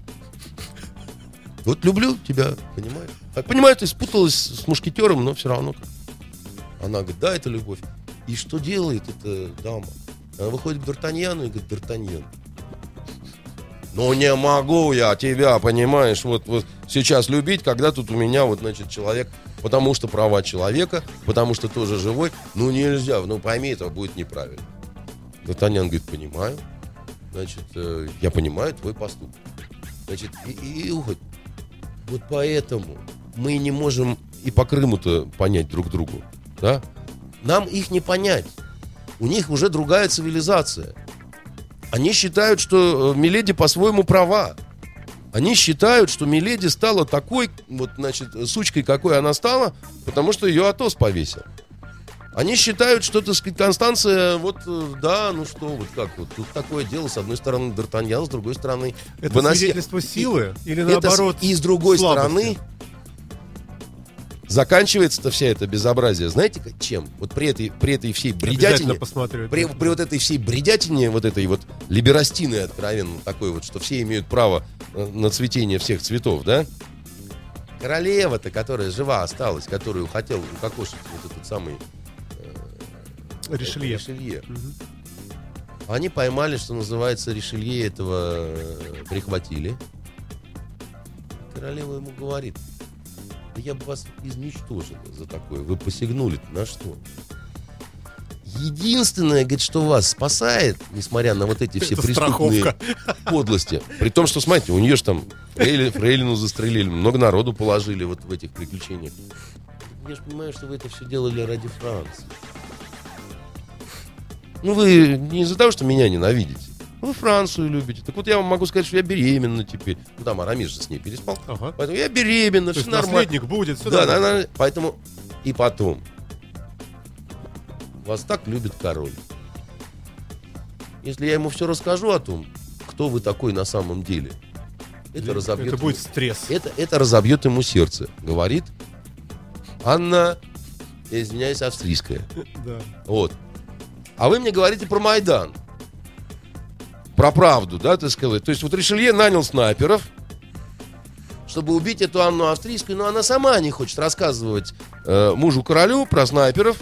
Вот люблю тебя, понимаешь? А, понимаю, ты спуталась с мушкетером, но все равно. Она говорит, да, это любовь. И что делает эта дама? Она выходит к Д'Артаньяну и говорит, Д'Артаньян, ну не могу я тебя, понимаешь, вот, вот сейчас любить, когда тут у меня вот, значит, человек, потому что права человека, потому что тоже живой, ну нельзя, ну пойми, это будет неправильно. Д'Артаньян говорит, понимаю, значит, э, я понимаю твой поступок. Значит, и, и, и уходит. Вот поэтому мы не можем и по Крыму-то понять друг другу, да? Нам их не понять. У них уже другая цивилизация. Они считают, что Миледи по-своему права. Они считают, что Миледи стала такой, вот, значит, сучкой, какой она стала, потому что ее Атос повесил. Они считают, что, так сказать, Констанция, вот, да, ну что, вот как вот, тут такое дело, с одной стороны Д'Артаньян, с другой стороны... Это выноси... свидетельство силы и, или наоборот это, и с другой слабости? стороны заканчивается-то вся это безобразие, знаете, как, чем? Вот при этой, при этой всей бредятине, посмотрю, при, да. при вот этой всей бредятине, вот этой вот либерастины откровенно такой вот, что все имеют право на цветение всех цветов, да? Королева-то, которая жива осталась, которую хотел укокошить вот этот самый... Ришелье. Ришелье. Угу. Они поймали, что называется, Ришелье этого э, прихватили. Королева ему говорит: да я бы вас изничтожила за такое. Вы посягнули на что? Единственное, говорит, что вас спасает, несмотря на вот эти все Это преступные страховка. подлости, при том, что, смотрите, у нее же там Фрейли, Фрейлину застрелили, много народу положили вот в этих приключениях. Я же понимаю, что вы это все делали ради Франции. Ну, вы не из-за того, что меня ненавидите. Вы Францию любите. Так вот я вам могу сказать, что я беременна теперь. Ну, там Арамис же с ней переспал. Ага. Поэтому я беременна, То все есть нормально. наследник будет, все Да, нормально. да, да. Поэтому и потом. Вас так любит король. Если я ему все расскажу о том, кто вы такой на самом деле, это, разобьет это будет ему- стресс. это, это разобьет ему сердце, говорит Анна, я извиняюсь, австрийская. Да. Вот. А вы мне говорите про Майдан. Про правду, да, так сказать. То есть вот Ришелье нанял снайперов, чтобы убить эту Анну Австрийскую, но она сама не хочет рассказывать э, мужу-королю про снайперов,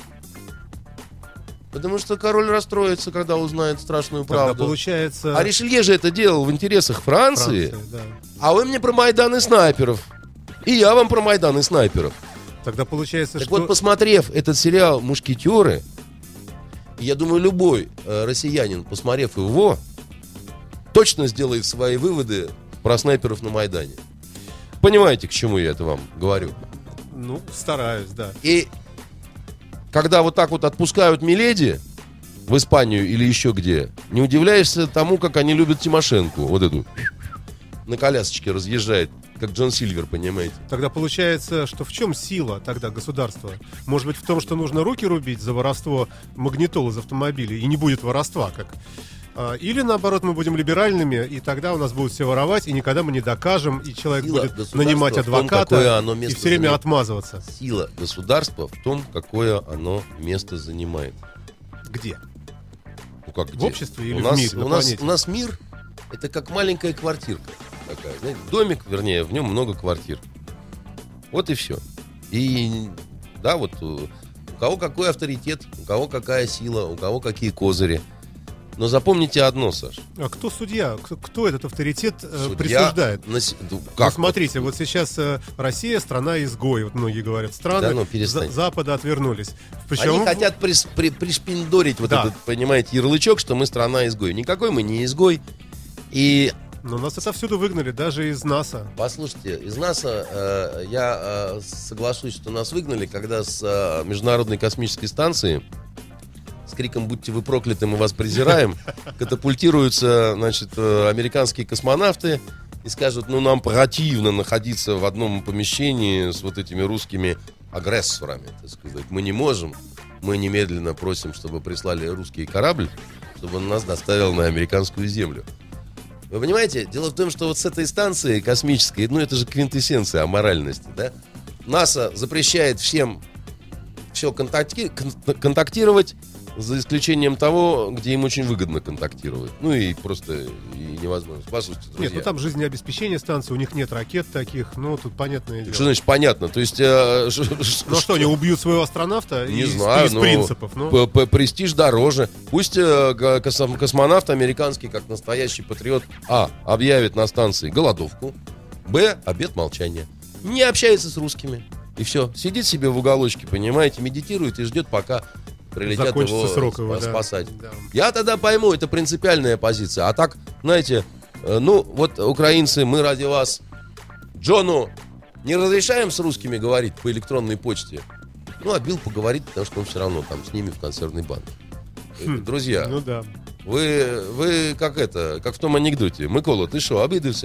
потому что король расстроится, когда узнает страшную Тогда правду. получается... А Ришелье же это делал в интересах Франции, Франция, да. а вы мне про Майдан и снайперов. И я вам про Майдан и снайперов. Тогда получается, Так что... вот, посмотрев этот сериал «Мушкетеры», я думаю, любой э, россиянин, посмотрев его, точно сделает свои выводы про снайперов на Майдане. Понимаете, к чему я это вам говорю? Ну, стараюсь, да. И когда вот так вот отпускают Миледи в Испанию или еще где, не удивляешься тому, как они любят Тимошенко. Вот эту на колясочке разъезжает, как Джон Сильвер, понимаете. Тогда получается, что в чем сила тогда государства? Может быть, в том, что нужно руки рубить за воровство магнитол из автомобилей, и не будет воровства, как... А, или, наоборот, мы будем либеральными, и тогда у нас будут все воровать, и никогда мы не докажем, и человек Сила будет государства нанимать в том, адвоката какое оно и место все время занимает. отмазываться. Сила государства в том, какое оно место занимает. Где? Ну, как В где? обществе или у в нас, мире, на у, нас, планете? у нас мир — это как маленькая квартирка такая, знаете, домик, вернее, в нем много квартир. Вот и все. И да, вот у кого какой авторитет, у кого какая сила, у кого какие козыри. Но запомните одно, Саш. А кто судья? Кто, кто этот авторитет э, Судья присуждает? на с- ну, Ну, как? смотрите, вот сейчас э, Россия страна-изгой, вот многие говорят, страны Да ну, перестань. за- Запада отвернулись. Причем Они хотят прис- при- пришпиндорить вот Да. этот, понимаете, ярлычок, что мы страна-изгой. Никакой мы не изгой. И но нас отовсюду выгнали, даже из НАСА. послушайте, из НАСА э, я э, соглашусь, что нас выгнали, когда с э, Международной космической станции с криком «Будьте вы прокляты, мы вас презираем» катапультируются, значит, э, американские космонавты и скажут: ну, нам противно находиться в одном помещении с вот этими русскими агрессорами, так сказать. Мы не можем, мы немедленно просим, чтобы прислали русский корабль, чтобы он нас доставил на американскую землю. Вы понимаете, дело в том, что вот с этой станции космической, ну это же квинтэссенция аморальности, да? НАСА запрещает всем все контакти- кон- контактировать, за исключением того, где им очень выгодно контактировать. Ну и просто и невозможно. Послушайте, друзья. Нет, ну там жизнеобеспечение станции, у них нет ракет таких, ну тут понятное дело. Что значит понятно? То есть... э, ш- Ну а что, они убьют своего астронавта Не из, знаю, из но принципов? Ну, п- п- престиж дороже. Пусть э, ко- косом- космонавт американский, как настоящий патриот, а, объявит на станции голодовку, б, обет молчания. Не общается с русскими. И все. Сидит себе в уголочке, понимаете, медитирует и ждет, пока прилетят закончится его срок его, спа- да. спасать. Да. Я тогда пойму, это принципиальная позиция. А так, знаете, э, ну, вот украинцы, мы ради вас Джону не разрешаем с русскими говорить по электронной почте. Ну, а Билл поговорит, потому что он все равно там с ними в консервной банке. Э, Хм, Друзья, Ну да. вы, вы как это, как в том анекдоте. Микола, ты что, обиделся?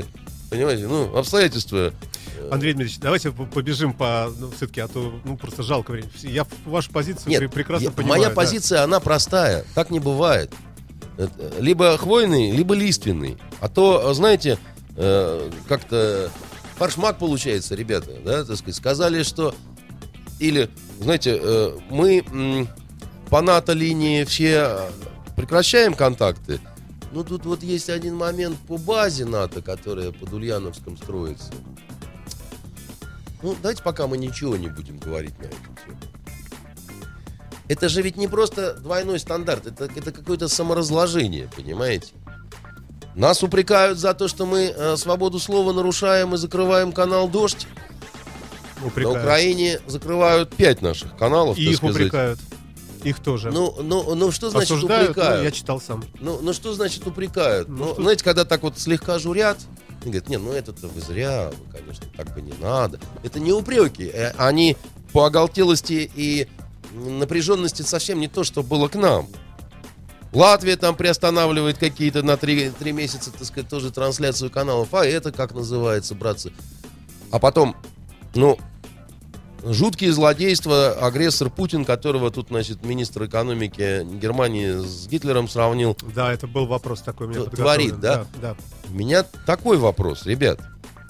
Понимаете, ну, обстоятельства. Андрей Дмитриевич, давайте побежим по, ну, все-таки, а то, ну, просто жалко времени. Я вашу позицию Нет, прекрасно я, понимаю. моя да. позиция, она простая. Так не бывает. Либо хвойный, либо лиственный. А то, знаете, как-то фаршмак получается, ребята, да, так сказать. Сказали, что... Или, знаете, мы по НАТО-линии все прекращаем контакты. Ну, тут вот есть один момент по базе НАТО, которая под Ульяновском строится. Ну, давайте пока мы ничего не будем говорить на эту тему. Это же ведь не просто двойной стандарт, это, это какое-то саморазложение, понимаете? Нас упрекают за то, что мы э, свободу слова нарушаем и закрываем канал «Дождь». Упрекают. На Украине закрывают пять наших каналов. И так их сказать. Упрекают. Их тоже. Ну, ну, ну что значит Осуждают, упрекают? ну, я читал сам. Ну, ну что значит упрекают? Ну, Ну, что... знаете, когда так вот слегка журят, и говорят, не, ну это-то вы зря, вы, конечно, так бы не надо. Это не упреки, они по оголтелости и напряженности совсем не то, что было к нам. Латвия там приостанавливает какие-то на три, три месяца, так сказать, тоже трансляцию каналов. А это как называется, братцы? А потом, ну... Жуткие злодейства, агрессор Путин, которого тут, значит, министр экономики Германии с Гитлером сравнил. Да, это был вопрос такой у меня подготовлен. Творит, да? Да, да? У меня такой вопрос, ребят.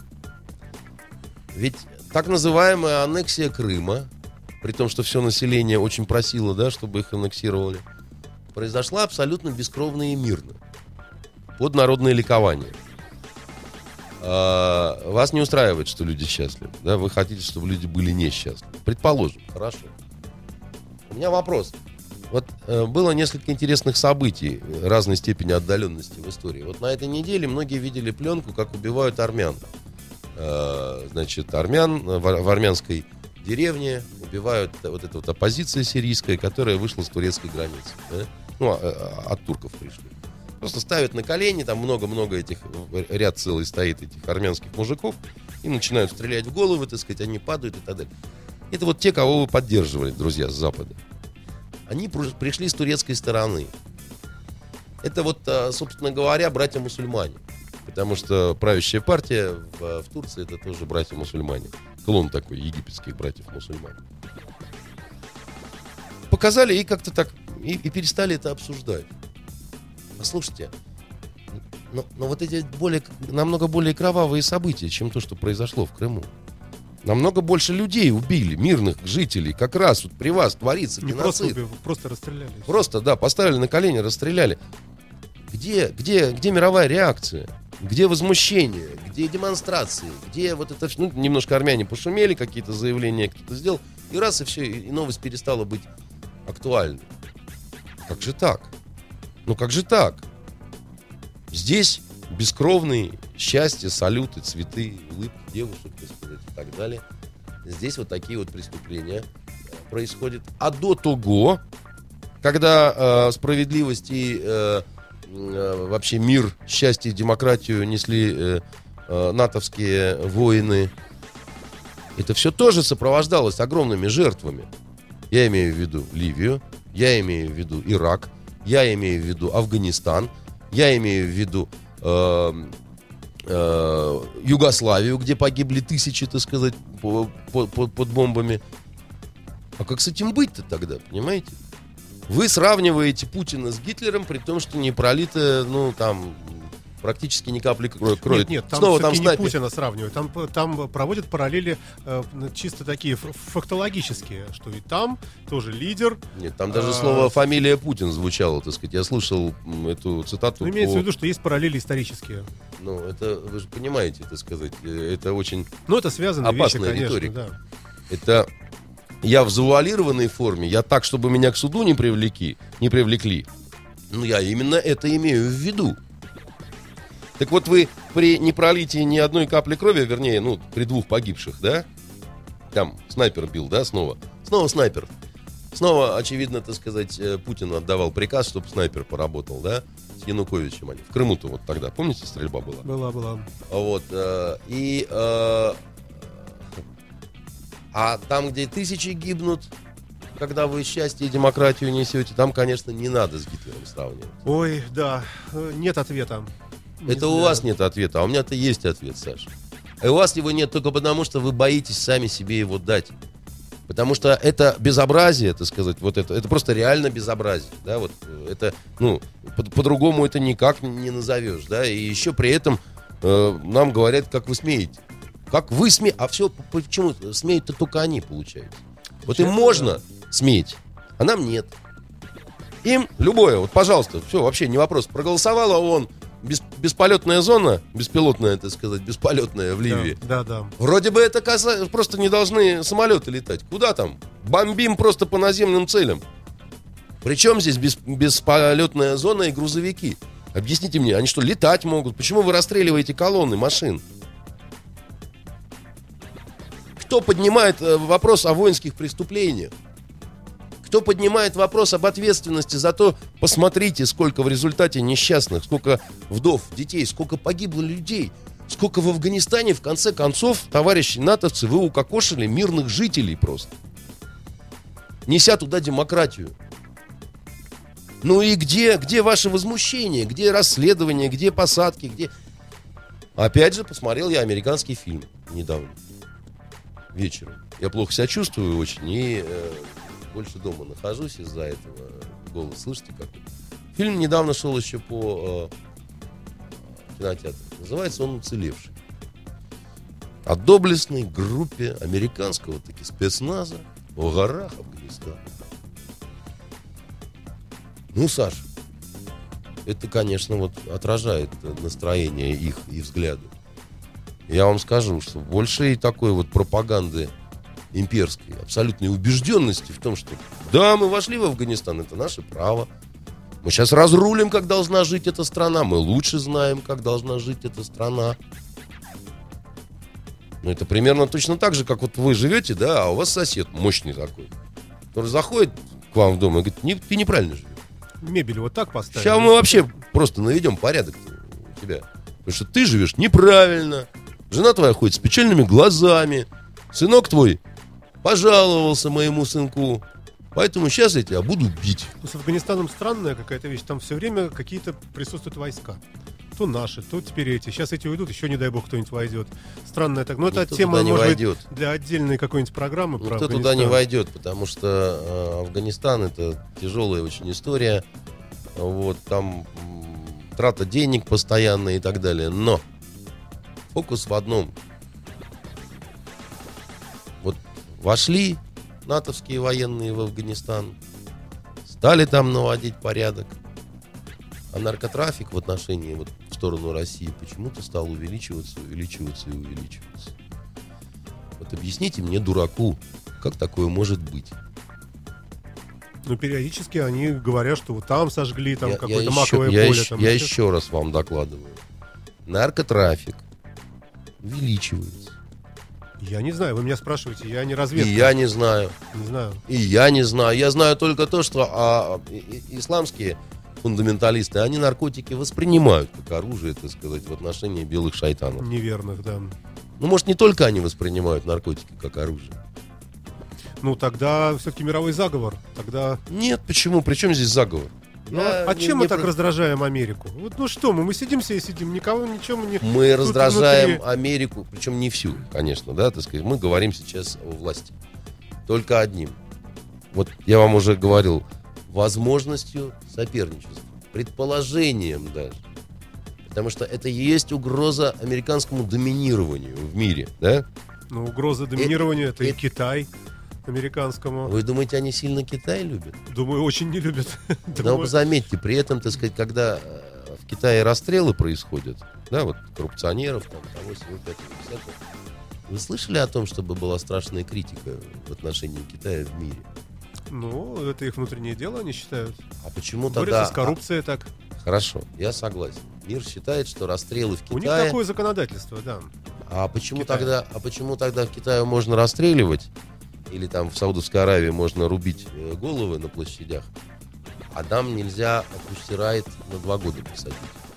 Ведь так называемая аннексия Крыма, при том, что все население очень просило, да, чтобы их аннексировали, произошла абсолютно бескровно и мирно. Под народное ликование. А, вас не устраивает, что люди счастливы, да? Вы хотите, чтобы люди были несчастливы. Предположим, хорошо. У меня вопрос. Вот э, было несколько интересных событий разной степени отдаленности в истории. Вот на этой неделе многие видели пленку, как убивают армян. Э, значит, армян в, в армянской деревне убивают вот эта вот оппозиция сирийская, которая вышла с турецкой границы. Да? Ну, а, а, от турков пришли. Просто ставят на колени, там много-много этих, ряд целый стоит этих армянских мужиков, и начинают стрелять в головы, так сказать, они падают и так далее. Это вот те, кого вы поддерживали, друзья, с Запада. Они пришли с турецкой стороны. Это вот, собственно говоря, братья-мусульмане. Потому что правящая партия в, в Турции — это тоже братья-мусульмане. Клон такой египетских братьев-мусульман. Показали и как-то так, и, и перестали это обсуждать. Послушайте, но, но вот эти более, намного более кровавые события, чем то, что произошло в Крыму. Намного больше людей убили, мирных жителей. Как раз вот при вас творится Не геноцид. просто, просто расстреляли. Просто, да, поставили на колени, расстреляли. Где, где, где мировая реакция? Где возмущение? Где демонстрации? Где вот это... Ну, немножко армяне пошумели, какие-то заявления кто-то сделал. И раз, и все, и новость перестала быть актуальной. Как же так? Ну как же так? Здесь бескровные счастья, салюты, цветы, улыбки девушек, так сказать, и так далее. Здесь вот такие вот преступления происходят. А до того, когда э, справедливость и э, э, вообще мир, счастье и демократию несли э, э, натовские воины, это все тоже сопровождалось огромными жертвами. Я имею в виду Ливию, я имею в виду Ирак, я имею в виду Афганистан, я имею в виду э, э, Югославию, где погибли тысячи, так сказать, по, по, по, под бомбами. А как с этим быть-то тогда, понимаете? Вы сравниваете Путина с Гитлером, при том, что не пролито, ну, там, практически ни капли крови. Нет, нет, там Снова все-таки там не снайпер. Путина сравнивают. Там, там проводят параллели э, чисто такие ф- фактологические, что и там тоже лидер. Нет, там даже а, слово «фамилия Путин» звучало, так сказать. Я слышал эту цитату. Ну, имеется по... в виду, что есть параллели исторические. Ну, это, вы же понимаете, так сказать, это очень Ну, это связано опасная вещи, конечно, риторика. да. Это я в завуалированной форме, я так, чтобы меня к суду не привлекли, не привлекли. Ну, я именно это имею в виду. Так вот, вы при непролитии ни одной капли крови, вернее, ну, при двух погибших, да? Там снайпер бил, да, снова? Снова снайпер. Снова, очевидно, так сказать, Путин отдавал приказ, чтобы снайпер поработал, да? С Януковичем они. В Крыму-то вот тогда, помните, стрельба была? Была, была. Вот. Э, и... Э, а там, где тысячи гибнут, когда вы счастье и демократию несете, там, конечно, не надо с Гитлером сравнивать. Ой, да, нет ответа. Не Это знаю. у вас нет ответа, а у меня-то есть ответ, Саша. И у вас его нет только потому, что вы боитесь сами себе его дать. Потому что это безобразие, так сказать, вот это, это просто реально безобразие, да, вот это, ну, по- по-другому это никак не назовешь, да, и еще при этом э, нам говорят, как вы смеете. Как вы смеете, а все, почему смеют-то только они, получается. Вот им Честно, можно сметь, а нам нет. Им любое, вот, пожалуйста, все, вообще не вопрос. Проголосовала он, бес, бесполетная зона, беспилотная, так сказать, бесполетная в Ливии. Да, да, да. Вроде бы это каса... просто не должны самолеты летать. Куда там? Бомбим просто по наземным целям. Причем здесь бес... бесполетная зона и грузовики? Объясните мне, они что, летать могут? Почему вы расстреливаете колонны машин? Кто поднимает э, вопрос о воинских преступлениях? Кто поднимает вопрос об ответственности за то, посмотрите, сколько в результате несчастных, сколько вдов, детей, сколько погибло людей, сколько в Афганистане, в конце концов, товарищи натовцы, вы укокошили мирных жителей просто, неся туда демократию. Ну и где, где ваше возмущение, где расследование, где посадки, где... Опять же, посмотрел я американский фильм недавно, вечером. Я плохо себя чувствую очень и... Э, больше дома нахожусь из-за этого. Голос слышите какой? Фильм недавно шел еще по э, кинотеатру. Называется он «Уцелевший». О доблестной группе американского таки спецназа в горах Афганистана. Ну, Саша, это, конечно, вот отражает настроение их и взгляды. Я вам скажу, что больше и такой вот пропаганды имперской, абсолютной убежденности в том, что да, мы вошли в Афганистан, это наше право. Мы сейчас разрулим, как должна жить эта страна. Мы лучше знаем, как должна жить эта страна. Ну, это примерно точно так же, как вот вы живете, да, а у вас сосед мощный такой, который заходит к вам в дом и говорит, не, ты неправильно живешь. Мебель вот так поставили. Сейчас мы вообще просто наведем порядок у тебя. Потому что ты живешь неправильно. Жена твоя ходит с печальными глазами. Сынок твой пожаловался моему сынку. Поэтому сейчас я тебя буду бить. С Афганистаном странная какая-то вещь. Там все время какие-то присутствуют войска. То наши, то теперь эти. Сейчас эти уйдут, еще, не дай бог, кто-нибудь войдет. Странная так. Но это Никто тема, туда не может войдет. быть, для отдельной какой-нибудь программы. про Никто туда Афганистан. не войдет, потому что э, Афганистан — это тяжелая очень история. Вот, там м, трата денег постоянная и так далее. Но фокус в одном. Вот вошли натовские военные в Афганистан, стали там наводить порядок, а наркотрафик в отношении, вот, в сторону России почему-то стал увеличиваться, увеличиваться и увеличиваться. Вот объясните мне, дураку, как такое может быть? Ну, периодически они говорят, что вот там сожгли, там Я- какое-то я маковое еще, я поле. еще- там я еще- еще раз вам докладываю. Наркотрафик увеличивается. Я не знаю, вы меня спрашиваете, я не И разведка. я не знаю. Не знаю. И я не знаю. Я знаю только то, что а, и- и- исламские фундаменталисты, они наркотики воспринимают как оружие, так сказать, в отношении белых шайтанов. Неверных, да. Ну, может, не только они воспринимают наркотики как оружие. Ну, тогда все-таки мировой заговор. Тогда... Нет, почему? Причем здесь заговор? Ну, Я а не- чем мы не так про- раздражаем Америку? Вот, ну что мы, мы сидим все и сидим, никого, ничего мы не... Мы тут раздражаем внутри- Америку, причем не всю, конечно, да, так сказать. Мы говорим сейчас о власти. Только одним. Вот я вам уже говорил, возможностью соперничества, предположением даже. Потому что это и есть угроза американскому доминированию в мире, да? Ну, угроза доминирования, это, и это- Китай американскому. Вы думаете, они сильно Китай любят? Думаю, очень не любят. Но Думаю, вы заметьте, при этом, так сказать, когда э, в Китае расстрелы происходят, да, вот коррупционеров, там, того, сего, пятого, десятого, вы слышали о том, чтобы была страшная критика в отношении Китая в мире? Ну, это их внутреннее дело, они считают. А почему Борются тогда... с коррупцией так. А, хорошо, я согласен. Мир считает, что расстрелы в У них Китае... такое законодательство, да. А почему Китая. тогда, а почему тогда в Китае можно расстреливать, или там в Саудовской Аравии можно рубить э, головы на площадях, а нам нельзя пусть-райт на два года посадить?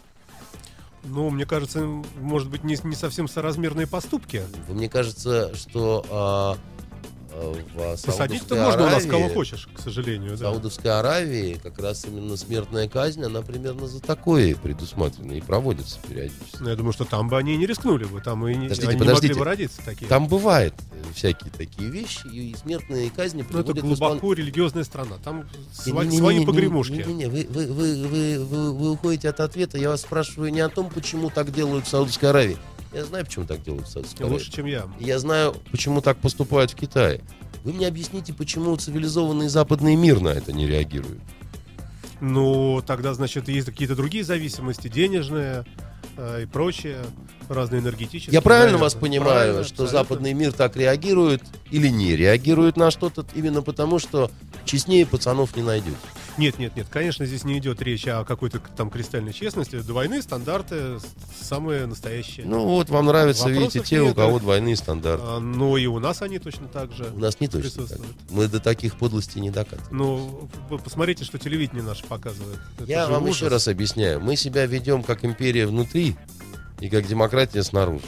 Ну, мне кажется, может быть, не, не совсем соразмерные поступки. Мне кажется, что а, а, в Посадить-то Саудовской можно у нас Аравии, кого хочешь, к сожалению. в Да. Саудовской Аравии как раз именно смертная казнь, она примерно за такое предусмотрена и проводится периодически. Ну, я думаю, что там бы они не рискнули бы, там и не, Подождите, они подождите. не могли бы родиться такие. Там бывают всякие такие вещи, и смертные казни Ну, это приводят в глубоко исполнение. религиозная страна, там сва- Не-не-не-не-не, свои погремушки. Не-не-не, вы, вы, вы, вы, вы, вы уходите от ответа. Я вас спрашиваю не о том, почему так делают в Саудовской Аравии. Я знаю, почему так делают в Саудовской Аравии. Лучше, чем я. И я знаю, почему так поступают в Китае. Вы мне объясните, почему цивилизованный западный мир на это не реагирует. Ну, тогда, значит, есть какие-то другие зависимости, денежные э, и прочее, разные энергетические. Я правильно наверное. вас понимаю, Правильно, что абсолютно. западный мир так реагирует или не реагирует на что-то именно потому, что честнее пацанов не найдет. Нет, нет, нет, конечно, здесь не идет речь о какой-то там кристальной честности. До войны стандарты самые настоящие. Ну вот вам нравятся, Вопросов видите, те, у нет, кого да. двойные стандарты. А, но и у нас они точно так же У нас не точно так. присутствуют. Мы до таких подлостей не докатываем. Ну, вы посмотрите, что телевидение наше показывает. Это Я же вам ужас. еще раз объясняю. Мы себя ведем как империя внутри и как демократия снаружи.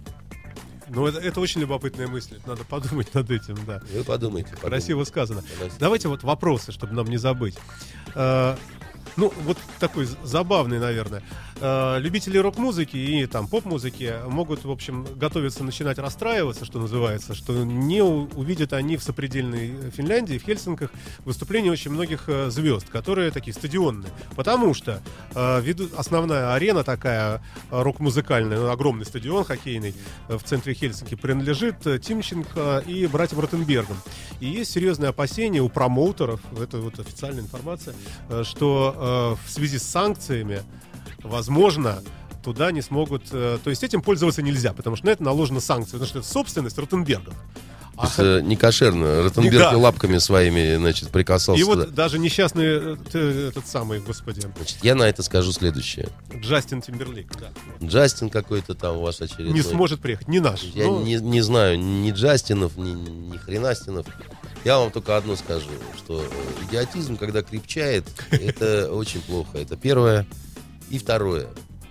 Ну, это, это очень любопытная мысль. Надо подумать над этим, да. Вы подумайте. подумайте. Красиво сказано. Подумайте. Давайте вот вопросы, чтобы нам не забыть. Э, Ну, вот такой з- забавный, наверное. Э, Любители рок-музыки и там поп-музыки могут, в общем, готовиться начинать расстраиваться, что называется, что не у- увидят они в сопредельной Финляндии, в Хельсинках, выступления очень многих э, звезд, которые такие стадионные. Потому что э, ввиду- основная арена такая э, рок-музыкальная, ну, огромный стадион хоккейный э, в центре Хельсинки принадлежит э, Тимченко и братьям Ротенбергам. И есть серьезные опасения у промоутеров, это вот официальная информация, э, что э, в связи с санкциями, возможно, туда не смогут... э, То есть этим пользоваться нельзя, потому что на это наложена санкция, потому что это собственность Ротенбергов. А- Это не кошерно. Ротенберг Да. лапками своими, значит, прикасался. И туда. вот даже несчастный э, т- этот самый, господи, Значит, я на это скажу следующее. Джастин Тимберлейк, да, Джастин какой-то там ваш очередной. не сможет приехать, не наш. Я но- не, не знаю ни Джастинов, ни, ни Хренастинов. Я вам только одно скажу, что э, идиотизм, когда крепчает, это очень плохо. Это первое. И второе.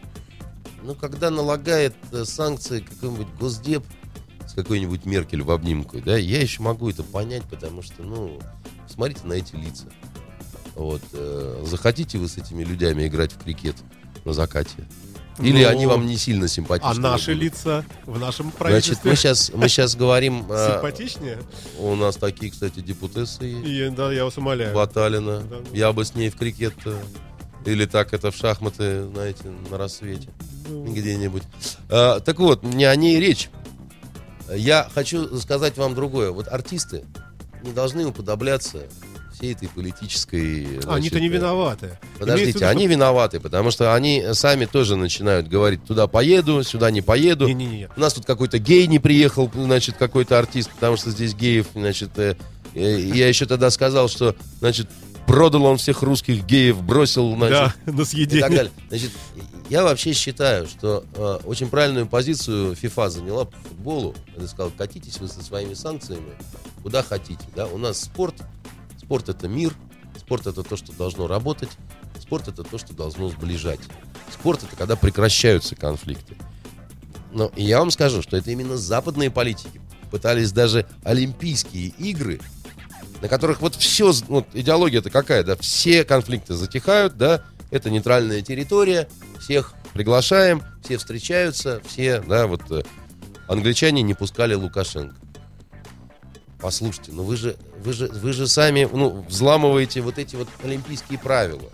Ну, когда налагает э, санкции какой-нибудь Госдеп с какой-нибудь Меркель в обнимку, да, я еще могу это понять, потому что, ну, смотрите на эти лица. Вот. э, захотите вы с этими людьми играть в крикет на закате? Или Ну, они вам не сильно симпатичны? А наши будут? лица в нашем Значит, правительстве мы сейчас, мы сейчас говорим... э, симпатичнее? у нас такие, кстати, депутессы есть. И, да, я вас умоляю. Баталина. Да, да. Я бы с ней в крикет э, или так это в шахматы, знаете, на рассвете Ну, где-нибудь. А, так вот, не о ней речь. Я хочу сказать вам другое. Вот артисты не должны уподобляться всей этой политической... значит, Они-то не э, виноваты. Имеется в Подождите, виду, они что- виноваты, потому что они сами тоже начинают говорить: туда поеду, сюда не поеду. Не-не-не. У нас тут какой-то гей не приехал, значит, какой-то артист, потому что здесь геев, значит, э, э, я еще тогда сказал, что, значит, продал он всех русских геев, бросил, значит, Да, на и так съедение. далее. Значит, я вообще считаю, что э, очень правильную позицию FIFA заняла по футболу. Она сказала: катитесь вы со своими санкциями куда хотите. Да? У нас спорт, спорт это мир, спорт это то, что должно работать, спорт это то, что должно сближать. Спорт это когда прекращаются конфликты. Но и я вам скажу, что это именно западные политики пытались даже Олимпийские игры, на которых вот все, вот идеология-то какая, да, все конфликты затихают, да, это нейтральная территория, всех приглашаем, все встречаются, все, да, вот э, англичане не пускали Лукашенко. Послушайте, ну вы же, вы же, вы же сами, ну, взламываете вот эти вот олимпийские правила.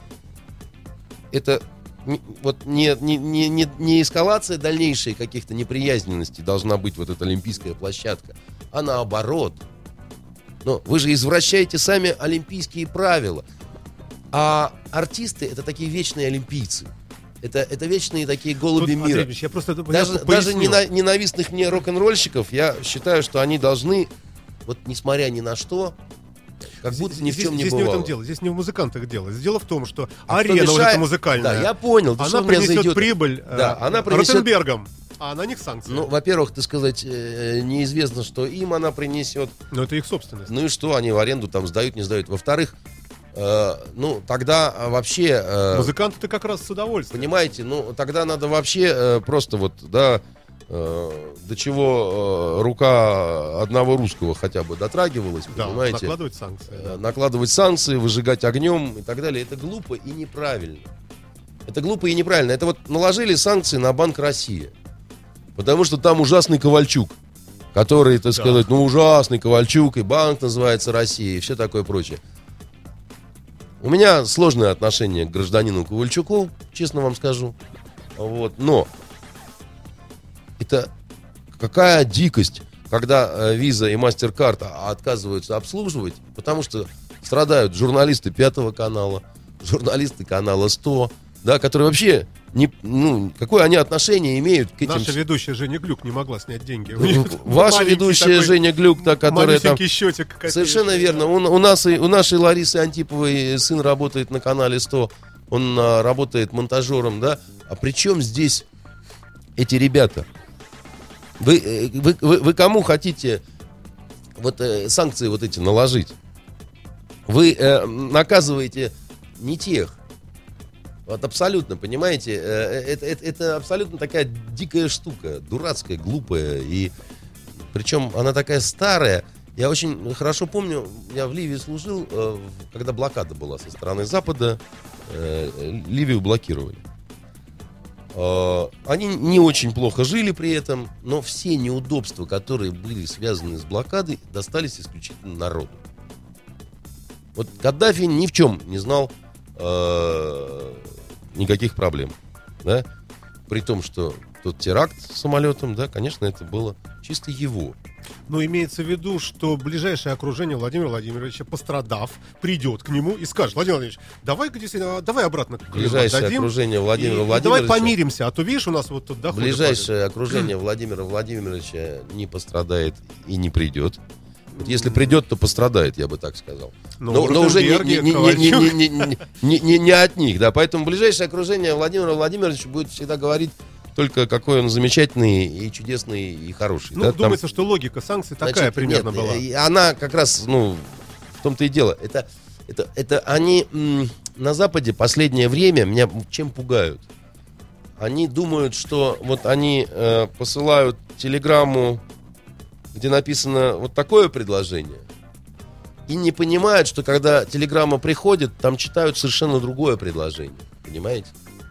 Это не- вот не, не, не, не, не эскалация дальнейшей каких-то неприязненностей должна быть вот эта олимпийская площадка, а наоборот. Но вы же извращаете сами олимпийские правила. А артисты — это такие вечные олимпийцы. Это, это вечные такие голуби Тут, Андрей мира. Ильич, я просто это- я Даже, поясню. даже нена- ненавистных мне рок-н-ролльщиков, я считаю, что они должны, вот несмотря ни на что, как будто Здесь- ни в чем не здесь бывало. не в этом дело, здесь не в музыкантах дело. Дело в том, что А кто арена вот мешает? эта музыкальная, Да, я понял. Да что она у меня за принесет идиоты? прибыль Да, э, она принесет- Ротенбергам, а на них санкции. Ну, во-первых, так сказать, э, неизвестно, что им она принесет. Но это их собственность. Ну и что, они в аренду там сдают, не сдают. Во-вторых, э, ну, тогда э, вообще... э, Музыканты-то как раз с удовольствием. Понимаете, ну, тогда надо вообще э, просто вот, да, э, до чего э, рука одного русского хотя бы дотрагивалась, Да, понимаете? накладывать санкции. Э, накладывать санкции, выжигать огнем и так далее. Это глупо и неправильно. Это глупо и неправильно. Это вот наложили санкции на Банк России. Потому что там ужасный Ковальчук, который, так Да. сказать, ну ужасный Ковальчук, и банк называется Россия, и все такое прочее. У меня сложное отношение к гражданину Ковальчуку, честно вам скажу. Вот. Но это какая дикость, когда э, Visa и MasterCard отказываются обслуживать, потому что страдают журналисты Пятого канала, журналисты канала сто, да, которые вообще не, ну, какое они отношение имеют к этим... Наша ведущая Женя Глюк не могла снять деньги. У Ну, нее Ваша маленький ведущая такой Женя Глюк, та, которая там... малюсенький счетик копеечный. Совершенно верно. У, у нас и, у нашей Ларисы Антиповой сын работает на канале сто. Он а, работает монтажером, да? А при чем здесь эти ребята? Вы, э, вы, вы, вы кому хотите вот э, санкции вот эти наложить? Вы э, наказываете не тех. Вот абсолютно, понимаете? Э, это, это, это абсолютно такая дикая штука, дурацкая, глупая. И причем она такая старая. Я очень хорошо помню, я в Ливии служил, э, когда блокада была со стороны Запада. Э, Ливию блокировали. Э, они не очень плохо жили при этом, но все неудобства, которые были связаны с блокадой, достались исключительно народу. Вот Каддафи ни в чем не знал э, никаких проблем, да? При том, что тот теракт с самолетом, да, конечно, это было чисто его. Но имеется в виду, что ближайшее окружение Владимира Владимировича, пострадав, придет к нему и скажет: Владимир Владимирович, давай, действительно, давай обратно к Крыму Ближайшее отдадим, окружение Владимира и- и Владимировича. давай помиримся, а то, видишь, у нас вот тут доходы Ближайшее окружение Владимира Владимировича не пострадает и не придет. Вот если придет, то пострадает, я бы так сказал. Ну, Но, но уже не, Ротенберги, не- не- Ковальчук. не- не- не- не- не- не от них, да. Поэтому ближайшее окружение Владимира Владимировича будет всегда говорить только какой он замечательный и чудесный и хороший. Ну, да. Там, думается, что логика санкций такая значит, примерно нет, была. и она как раз, ну, в том-то и дело. Это, это, это они м, на Западе последнее время меня чем пугают? Они думают, что вот они э, посылают телеграмму, где написано вот такое предложение, и не понимают, что когда телеграмма приходит, там читают совершенно другое предложение. Понимаете?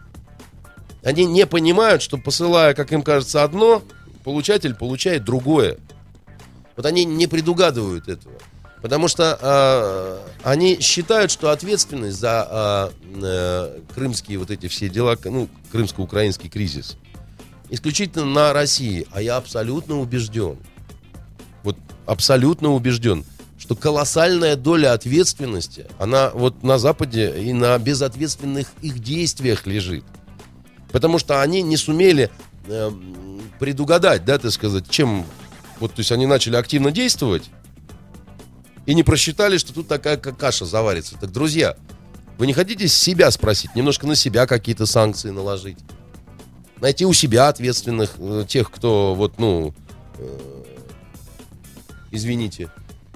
Они не понимают, что, посылая, как им кажется, одно, получатель получает другое. Вот они не предугадывают этого. Потому что э, они считают, что ответственность за э, э, крымские вот эти все дела, ну, крымско-украинский кризис, исключительно на России. А я абсолютно убежден, вот абсолютно убежден, что колоссальная доля ответственности, она вот на Западе и на безответственных их действиях лежит. Потому что они не сумели э, предугадать, да, так сказать, чем... Вот, то есть они начали активно действовать и не просчитали, что тут такая каша заварится. Так, друзья, вы не хотите с себя спросить, немножко на себя какие-то санкции наложить? Найти у себя ответственных, э, тех, кто вот, ну... Э, извините...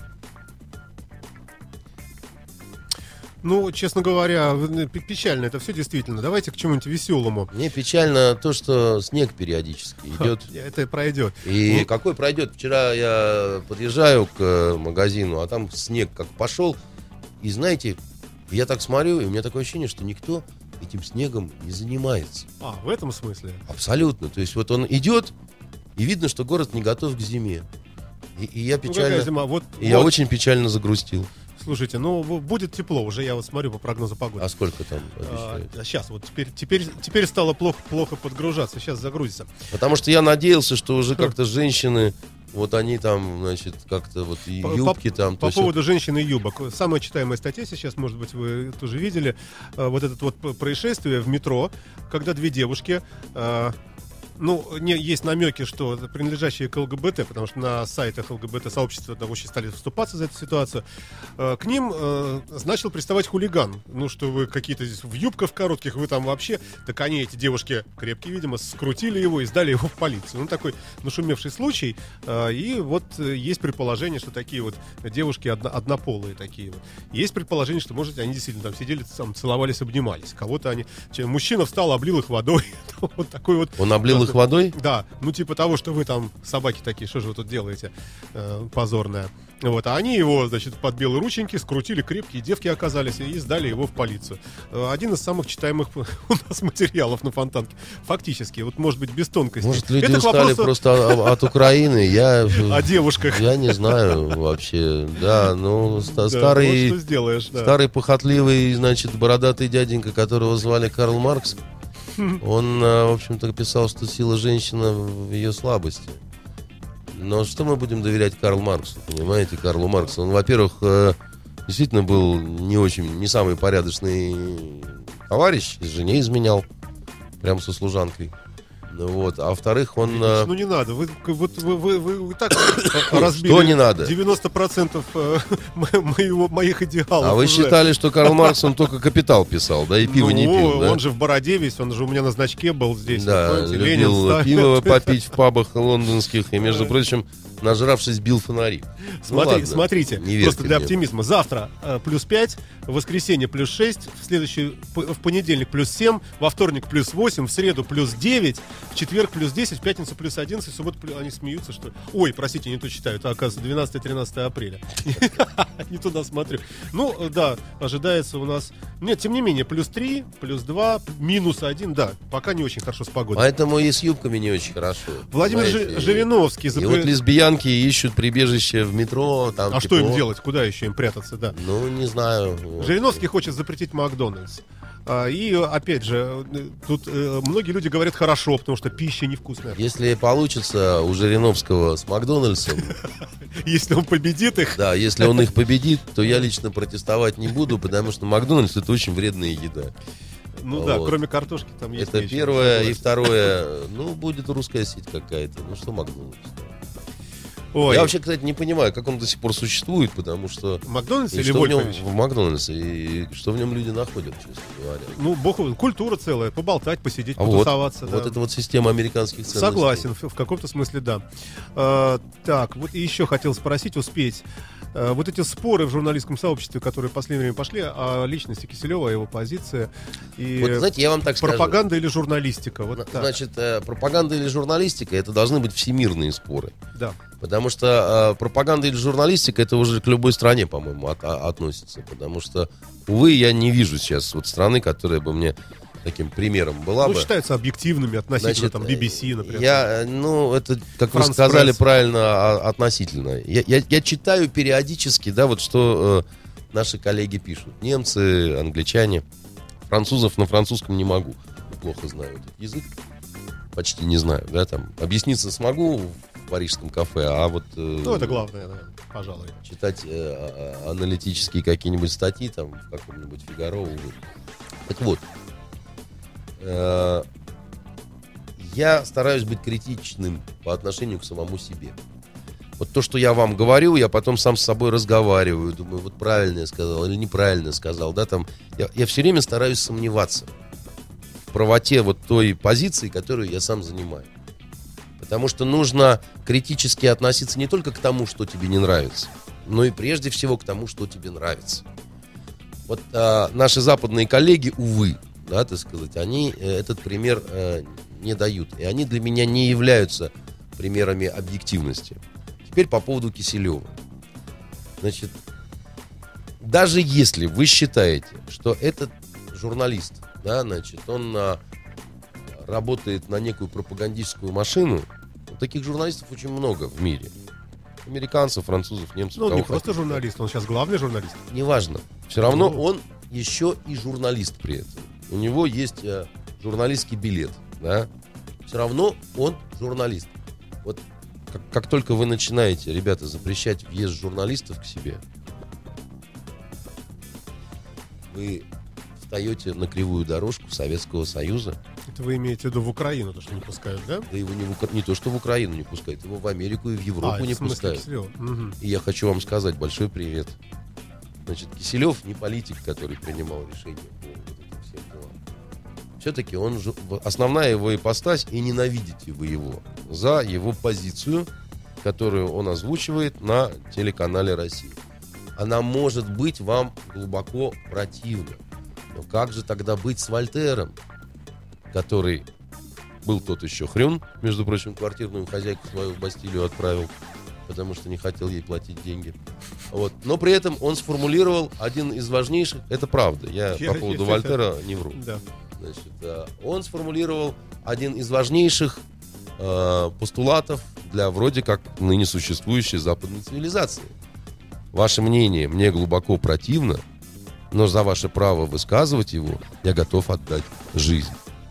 Ну, честно говоря, п- печально это все действительно. Давайте к чему-нибудь веселому. Мне печально то, что снег периодически идет. Это пройдет. И Ну, какой пройдет? Вчера я подъезжаю к э, магазину, а там снег как пошел. И знаете, я так смотрю, и у меня такое ощущение, что никто этим снегом не занимается. А, в этом смысле. Абсолютно. То есть вот он идет, и видно, что город не готов к зиме. И, и я Ну, какая печально, зима? Вот, и я вот. очень печально загрустил. Слушайте, ну в- будет тепло уже, я вот смотрю по прогнозу погоды. А сколько там А, обещают? сейчас, вот теперь, теперь, теперь стало плохо, плохо подгружаться, сейчас загрузится. Потому что я надеялся, что уже как-то женщины, вот они там, значит, как-то вот и По- юбки по, там. По то есть поводу женщин и юбок. Самая читаемая статья сейчас, может быть, вы тоже видели, э, вот это вот п- происшествие в метро, когда две девушки... э, Ну, не, есть намеки, что принадлежащие к ЛГБТ, потому что на сайтах ЛГБТ-сообщества да, очень стали вступаться за эту ситуацию. Э, К ним э, начал приставать хулиган. Ну, что вы какие-то здесь в юбках коротких, вы там вообще... Так они, эти девушки крепкие, видимо, скрутили его и сдали его в полицию. Ну, такой нашумевший случай. Э, И вот э, есть предположение, что такие вот девушки одно, однополые такие вот. Есть предположение, что, может, они действительно там сидели, там, целовались, обнимались. Кого-то они... Мужчина встал, облил их водой. Вот такой вот... Он облил их их водой? Да, ну типа того, что вы там, собаки такие, что же вы тут делаете, э, позорное. Вот, а они его, значит, под белые рученьки скрутили, крепкие девки оказались, и сдали его в полицию. Э, Один из самых читаемых у нас материалов на Фонтанке. Фактически, вот может быть без тонкости. Может, люди Это устали вопрос просто от Украины, я... о девушках. Я не знаю вообще, да, ну, ста- Да, старый... ну, что сделаешь, да. Старый похотливый, значит, бородатый дяденька, которого звали Карл Маркс, он, э, в общем-то, писал, что сила женщины в ее слабости. Но что мы будем доверять Карлу Марксу, понимаете, Карлу Марксу? Он, во-первых, э, действительно был не очень, не самый порядочный товарищ, с жене изменял, прям со служанкой. Ну вот, а во-вторых, он... э, Ну не надо, вы, вот, вы, вы, вы, вы так разбили Что не надо? девяносто процентов э, мо- моего, моих идеалов. А вы уже. считали, что Карл Маркс, он только «Капитал» писал, да, и пиво Ну, не пил, да? он же в бороде весь, он же у меня на значке был здесь. Да, вот, помните, Ленин любил ставит. пиво попить в пабах лондонских и, между прочим, нажравшись, бил фонари. Ну Смотри, ладно, смотрите, не верьте просто для мне. оптимизма. Завтра э, плюс пять, в воскресенье плюс шесть, в следующий, п- в понедельник плюс семь, во вторник плюс восемь, в среду плюс девять, в четверг плюс десять, в пятницу плюс одиннадцать, в субботу плюс... Они смеются, что... Ой, простите, не то читаю, это, оказывается, двенадцатое-тринадцатое апреля. Не туда смотрю. Ну, да, ожидается у нас... Нет, тем не менее, плюс три, плюс два, минус один, да, пока не очень хорошо с погодой. Поэтому и с юбками не очень хорошо. Владимир знаете. Жи- Жириновский... И запре- вот лесбиянки ищут прибежище в метро. Там А что им тепло. делать? Куда еще им прятаться, да? Ну, не знаю. Вот. Жириновский хочет запретить Макдональдс. А, И, опять же, э, тут э, многие люди говорят хорошо, потому что пища невкусная. Если получится у Жириновского с Макдональдсом, Если он победит их, да, если он их победит, то я лично протестовать не буду, потому что Макдональдс — это очень вредная еда. ну да, Вот. кроме картошки там есть Это нечего, первое. И согласен. второе, ну, будет русская сеть какая-то. Ну, что Макдональдс? Ой, Я вообще, кстати, не понимаю, как он до сих пор существует, потому что... Макдональдс и или что в нем Вольфович? в Макдональдсе, и что в нем люди находят, честно говоря. Ну, бог, культура целая, поболтать, посидеть, А вот, потусоваться. да. вот это вот система американских ценностей. Согласен, в, в каком-то смысле, да. А, так, вот и еще хотел спросить, успеть. А, вот эти споры в журналистском сообществе, которые в последнее время пошли, о личности Киселева, о его позиции. И Вот, знаете, я вам так скажу. пропаганда или журналистика? Вот так. Значит, э, пропаганда или журналистика — это должны быть всемирные споры. Да. Потому что э, пропаганда или журналистика — это уже к любой стране, по-моему, от- а- относится. Потому что, увы, я не вижу сейчас вот страны, которая бы мне таким примером была Ну, бы. считаются объективными относительно Значит, там би би си, например. Я, э, ну, это, как Франс вы сказали Пресс. правильно, а- относительно. Я, я- я читаю периодически, да, вот что э, наши коллеги пишут. Немцы, англичане. Французов на французском не могу. Плохо знаю этот язык. Почти не знаю, да, там. Объясниться смогу в парижском кафе, а вот... э, Ну, это главное, да, пожалуй. читать э, а- аналитические какие-нибудь статьи там в каком-нибудь Фигаро, увы. Так вот, э, я стараюсь быть критичным по отношению к самому себе. Вот то, что я вам говорю, я потом сам с собой разговариваю, думаю, вот правильно я сказал или неправильно сказал, да, там, я, я все время стараюсь сомневаться в правоте вот той позиции, которую я сам занимаю. Потому что нужно критически относиться не только к тому, что тебе не нравится, но и прежде всего к тому, что тебе нравится. Вот а, наши западные коллеги, увы, да, так сказать, они э, этот пример э, не дают. И они для меня не являются примерами объективности. Теперь по поводу Киселева. Значит, даже если вы считаете, что этот журналист, да, значит, он а, работает на некую пропагандистскую машину, вот таких журналистов очень много в мире. Американцев, французов, немцев. Ну, он кого не просто хотите. журналист, он сейчас главный журналист. Неважно. Все равно Ну. он еще и журналист при этом. У него есть э, журналистский билет, да. Все равно он журналист. Вот как, как только вы начинаете, ребята, запрещать въезд журналистов к себе, вы встаете на кривую дорожку Советского Союза. Это вы имеете в виду в Украину, то, что не пускают, да? Да его не, в Укра- не то, что в Украину не пускают, его в Америку и в Европу а, не в смысле пускают. Киселева. Мгм. И я хочу вам сказать большой привет. Значит, Киселев не политик, который принимал решения по вот этим всем делам. Все-таки он жу- в- основная его ипостась, и ненавидите вы его за его позицию, которую он озвучивает на телеканале «Россия». Она может быть вам глубоко противна. Но как же тогда быть с Вольтером, который Был тот еще хрен, между прочим, квартирную хозяйку свою в Бастилию отправил, потому что не хотел ей платить деньги. Вот. Но при этом он сформулировал один из важнейших, это правда, я, я по поводу я, Вольтера я, не вру. Да. Значит, он сформулировал один из важнейших э, постулатов для вроде как ныне существующей западной цивилизации. Ваше мнение мне глубоко противно, но за ваше право высказывать его я готов отдать жизнь.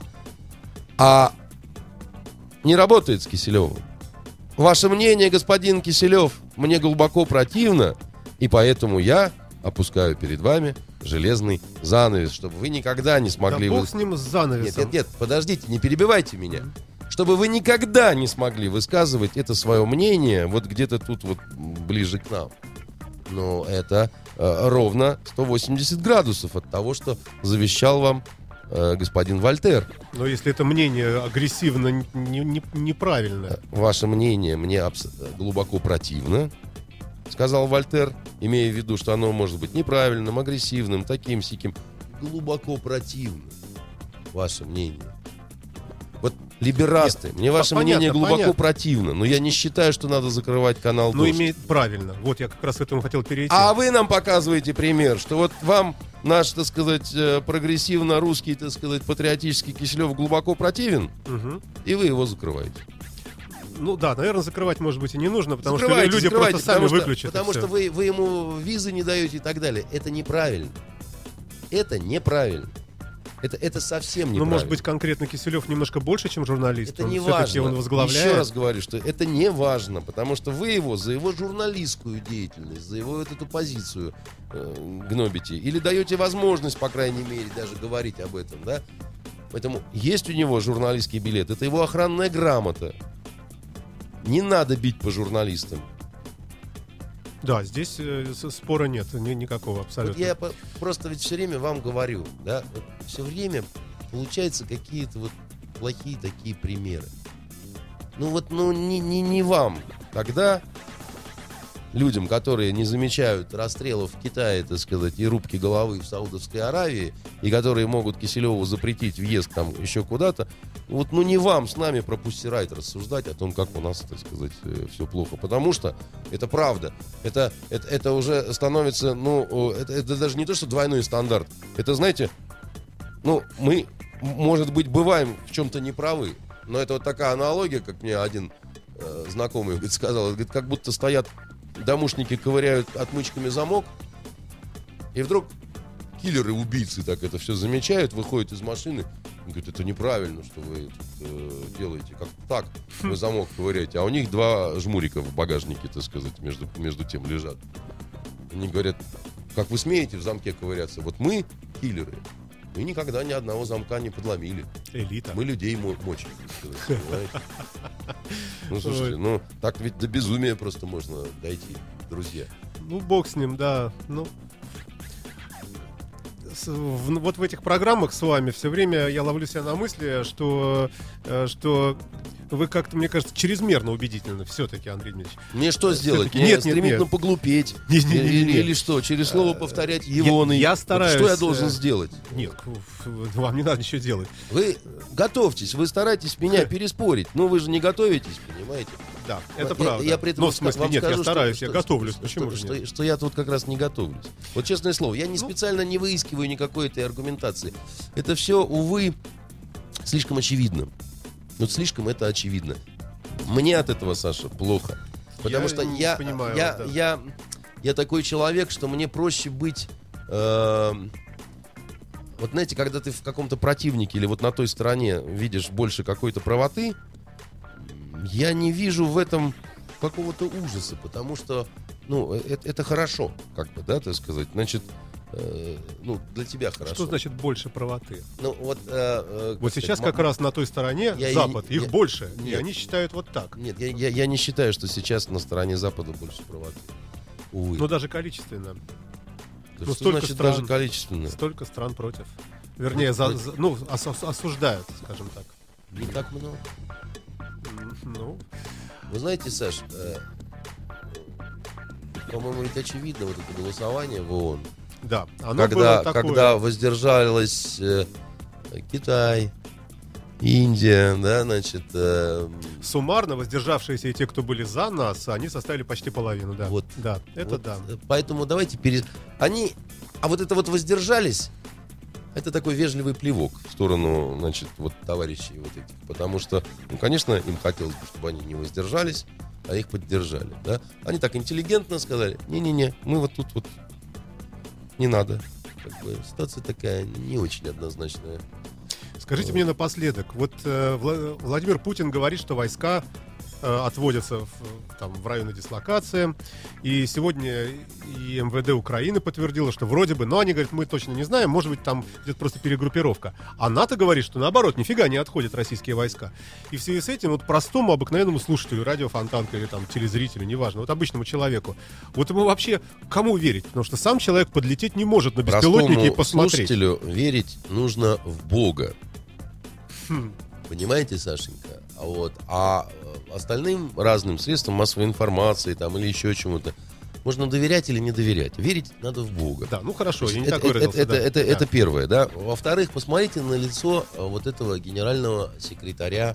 А не работает с Киселевым. Ваше мнение, господин Киселев, мне глубоко противно, и поэтому я опускаю перед вами железный занавес, чтобы вы никогда не смогли... Да бог с ним, с занавесом. Нет, нет, нет, подождите, не перебивайте меня. Чтобы вы никогда не смогли высказывать это свое мнение вот где-то тут вот ближе к нам. Но это э, ровно сто восемьдесят градусов от того, что завещал вам э, господин Вольтер. Но если это мнение агрессивно не, не, неправильно. Ваше мнение мне абс- глубоко противно, сказал Вольтер, имея в виду, что оно может быть неправильным, агрессивным, таким-сяким. Глубоко противно. Ваше мнение. Вот либерасты, Нет, мне ваше понятно, мнение глубоко понятно. противно, но я не считаю, что надо закрывать канал Ну, «Дождь». имеет правильно. Вот я как раз к этому хотел перейти. А вы нам показываете пример, что вот вам наш, так сказать, прогрессивно-русский, так сказать, патриотический Киселев глубоко противен, угу. и вы его закрываете. Ну да, наверное, закрывать, может быть, и не нужно, потому закрывайте, что люди просто сами потому что, выключат. Потому что вы, вы ему визы не даете и так далее. Это неправильно. Это неправильно. Это, это совсем неправильно. Ну, может быть, конкретно Киселев немножко больше, чем журналист. Это он не важно. Он возглавляет. Еще раз говорю, что это не важно, потому что вы его за его журналистскую деятельность, за его вот эту позицию э, гнобите. Или даете возможность, по крайней мере, даже говорить об этом, да? Поэтому есть у него журналистский билет. Это его охранная грамота. Не надо бить по журналистам. Да, здесь э, спора нет, ни, никакого абсолютно. Вот я по- просто ведь все время вам говорю, да, вот все время получаются какие-то вот плохие такие примеры. Ну вот, ну не, не, не вам. Тогда людям, которые не замечают расстрелов в Китае, так сказать, и рубки головы в Саудовской Аравии, и которые могут Киселеву запретить въезд там еще куда-то, вот, ну не вам с нами про пустирайт рассуждать о том, как у нас, так сказать, все плохо. Потому что это правда. Это, это, это уже становится, ну, это, это даже не то, что двойной стандарт. Это, знаете, ну, мы, может быть, бываем в чем-то неправы, но это вот такая аналогия, как мне один э, знакомый говорит, сказал, говорит, как будто стоят домушники, ковыряют отмычками замок, и вдруг киллеры-убийцы так это все замечают, выходят из машины, говорят, это неправильно, что вы тут э, делаете, как так, вы замок ковыряете, а у них два жмурика в багажнике, так сказать, между, между тем лежат. Они говорят, как вы смеете в замке ковыряться? Вот мы, киллеры, мы никогда ни одного замка не подломили. Элита. Мы людей мо- мочим, так сказать, понимаете? Ну, слушайте, ну, так ведь до безумия просто можно дойти, друзья. Ну, бог с ним, да, ну... С, в, вот в этих программах с вами все время я ловлю себя на мысли, что, что вы как-то, мне кажется, чрезмерно убедительны все-таки, Андрей Дмитриевич. Мне что сделать? Все-таки. Мне Нет, стремительно нет, нет. поглупеть? Не, не, не, не, или, не. или что? Через слово повторять Егоны? Я, я стараюсь... Вот что я должен сделать? Нет, вам не надо ничего делать. Вы готовьтесь, вы стараетесь меня переспорить. Но вы же не готовитесь, понимаете? Да, это я, правда. Я при этом Но в смысле, вам нет, скажу, я стараюсь, что, я что, готовлюсь. Что, Почему что, же что, нет? что я тут как раз не готовлюсь. Вот честное слово, я не Ну. специально не выискиваю никакой этой аргументации. Это все, увы, слишком очевидно. Вот слишком это очевидно. Мне от этого, Саша, плохо. Потому Я что не я, понимаю я, вас, да. я, я такой человек, что мне проще быть... э, вот знаете, когда ты в каком-то противнике или вот на той стороне видишь больше какой-то правоты, я не вижу в этом какого-то ужаса, потому что, ну, это, это хорошо, как бы, да, так сказать. Значит, э, ну, для тебя хорошо. Что значит больше правоты? Ну, вот, э, э, Вот сказать, сейчас м- как раз на той стороне Я и Запад, не- их я- больше, и Нет. они считают вот так. Нет, я, я, я не считаю, что сейчас на стороне Запада больше правоты. Увы. Но даже количественно. Да ну, что столько значит стран. даже количественно? Столько стран против. Вернее, за, за- ну, ос- осуждают, скажем так. Не так много. М, Ну, Вы знаете, Саш, э, по-моему, ведь очевидно вот это голосование в ООН. да. Оно Когда, было такое. когда воздержалась э, Китай, Индия, да, значит... Э... Суммарно воздержавшиеся и те, кто были за нас, они составили почти половину, да. Вот. Да, это вот, да. Поэтому давайте пере... Они... А вот это вот воздержались, это такой вежливый плевок в сторону, значит, вот товарищей вот этих. Потому что, ну, конечно, им хотелось бы, чтобы они не воздержались, а их поддержали, да. Они так интеллигентно сказали: не-не-не, мы вот тут вот не надо. Как бы ситуация такая не очень однозначная. Скажите вот. Мне напоследок, вот э, Владимир Путин говорит, что войска э, отводятся в, там, в районы дислокации, и сегодня и эм вэ дэ Украины подтвердило, что вроде бы, но они говорят, мы точно не знаем, может быть, там идет просто перегруппировка. А НАТО говорит, что наоборот, нифига не отходят российские войска. И в связи с этим вот простому обыкновенному слушателю, радиофонтанка или там телезрителю, неважно, вот обычному человеку, вот ему вообще кому верить? Потому что сам человек подлететь не может на беспилотники и посмотреть. Слушателю верить нужно в Бога. Хм. Понимаете, Сашенька? А, вот, а остальным разным средствам массовой информации там, или еще чему-то можно доверять или не доверять. Верить надо в Бога. Да, ну хорошо, я не это, так выразился. Это, да. это, это, да. это первое, да. Во-вторых, посмотрите на лицо вот этого генерального секретаря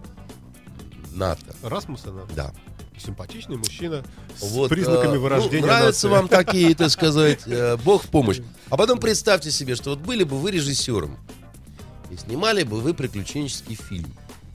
НАТО. Расмуссена? Да. Симпатичный мужчина с вот, признаками э, вырождения ну, нравятся нации. вам такие, так сказать, э, Бог в помощь. А потом представьте себе, что вот были бы вы режиссером и снимали бы вы приключенческий фильм.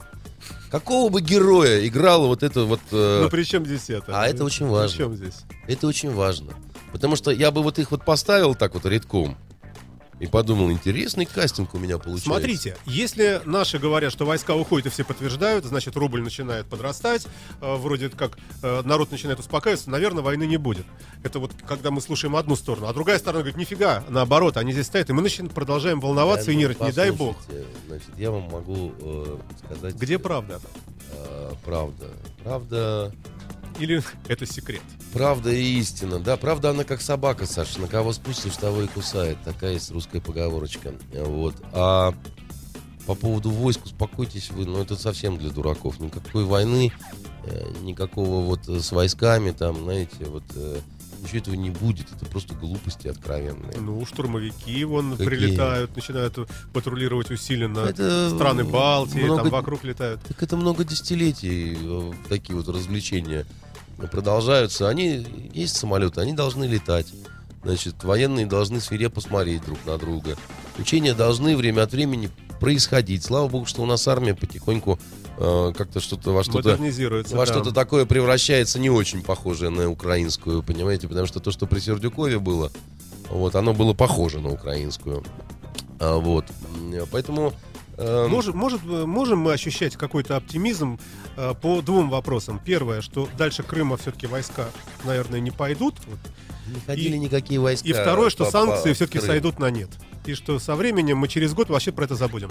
Какого бы героя играло вот это вот... Э... Ну при чем здесь это? А это очень важно. При чем здесь? Это очень важно. Потому что я бы вот их вот поставил так вот редком и подумал, интересный кастинг у меня получается. Смотрите, если наши говорят, что войска уходят и все подтверждают, значит рубль начинает подрастать, э, вроде как э, народ начинает успокаиваться, наверное, войны не будет. Это вот когда мы слушаем одну сторону, а другая сторона говорит, нифига, наоборот, они здесь стоят, и мы начинаем, продолжаем волноваться да, и ну, нервничать, не дай бог. Значит, я вам могу э, сказать... Где правда? Э, правда. Правда... Или это секрет? Правда и истина. Да, правда, она как собака, Саша. На кого спустишь, того и кусает. Такая есть русская поговорочка. Вот. А по поводу войск, успокойтесь вы. Ну, это совсем для дураков. Никакой войны, никакого вот с войсками, там, знаете, вот... Ничего этого не будет, это просто глупости откровенные. Ну, штурмовики вон Какие? Прилетают, начинают патрулировать усиленно. Это страны Балтии, много... там вокруг летают. Так это много десятилетий такие вот развлечения продолжаются. Они, есть самолеты, они должны летать. Значит, военные должны свирепо смотреть друг на друга. Учения должны время от времени происходить. Слава богу, что у нас армия потихоньку э, как-то что-то во что-то модернизируется, во да. что-то такое превращается, не очень похожее на украинскую, понимаете? Потому что то, что при Сердюкове было, вот, оно было похоже на украинскую. А, вот. Поэтому... Э... Может, может, можем мы ощущать какой-то оптимизм э, по двум вопросам. Первое, что дальше Крыма все-таки войска, наверное, не пойдут. Вот. Не ходили и, никакие войска. И второе, что по, санкции по все-таки Крыму. сойдут на нет. И что со временем мы через год вообще про это забудем.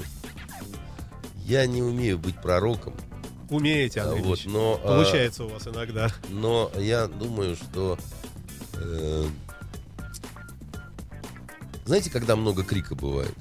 Я не умею быть пророком. Умеете, Андрей вот, Ильич. но, Получается а, у вас иногда. Но я думаю, что... Э, знаете, когда много крика бывает?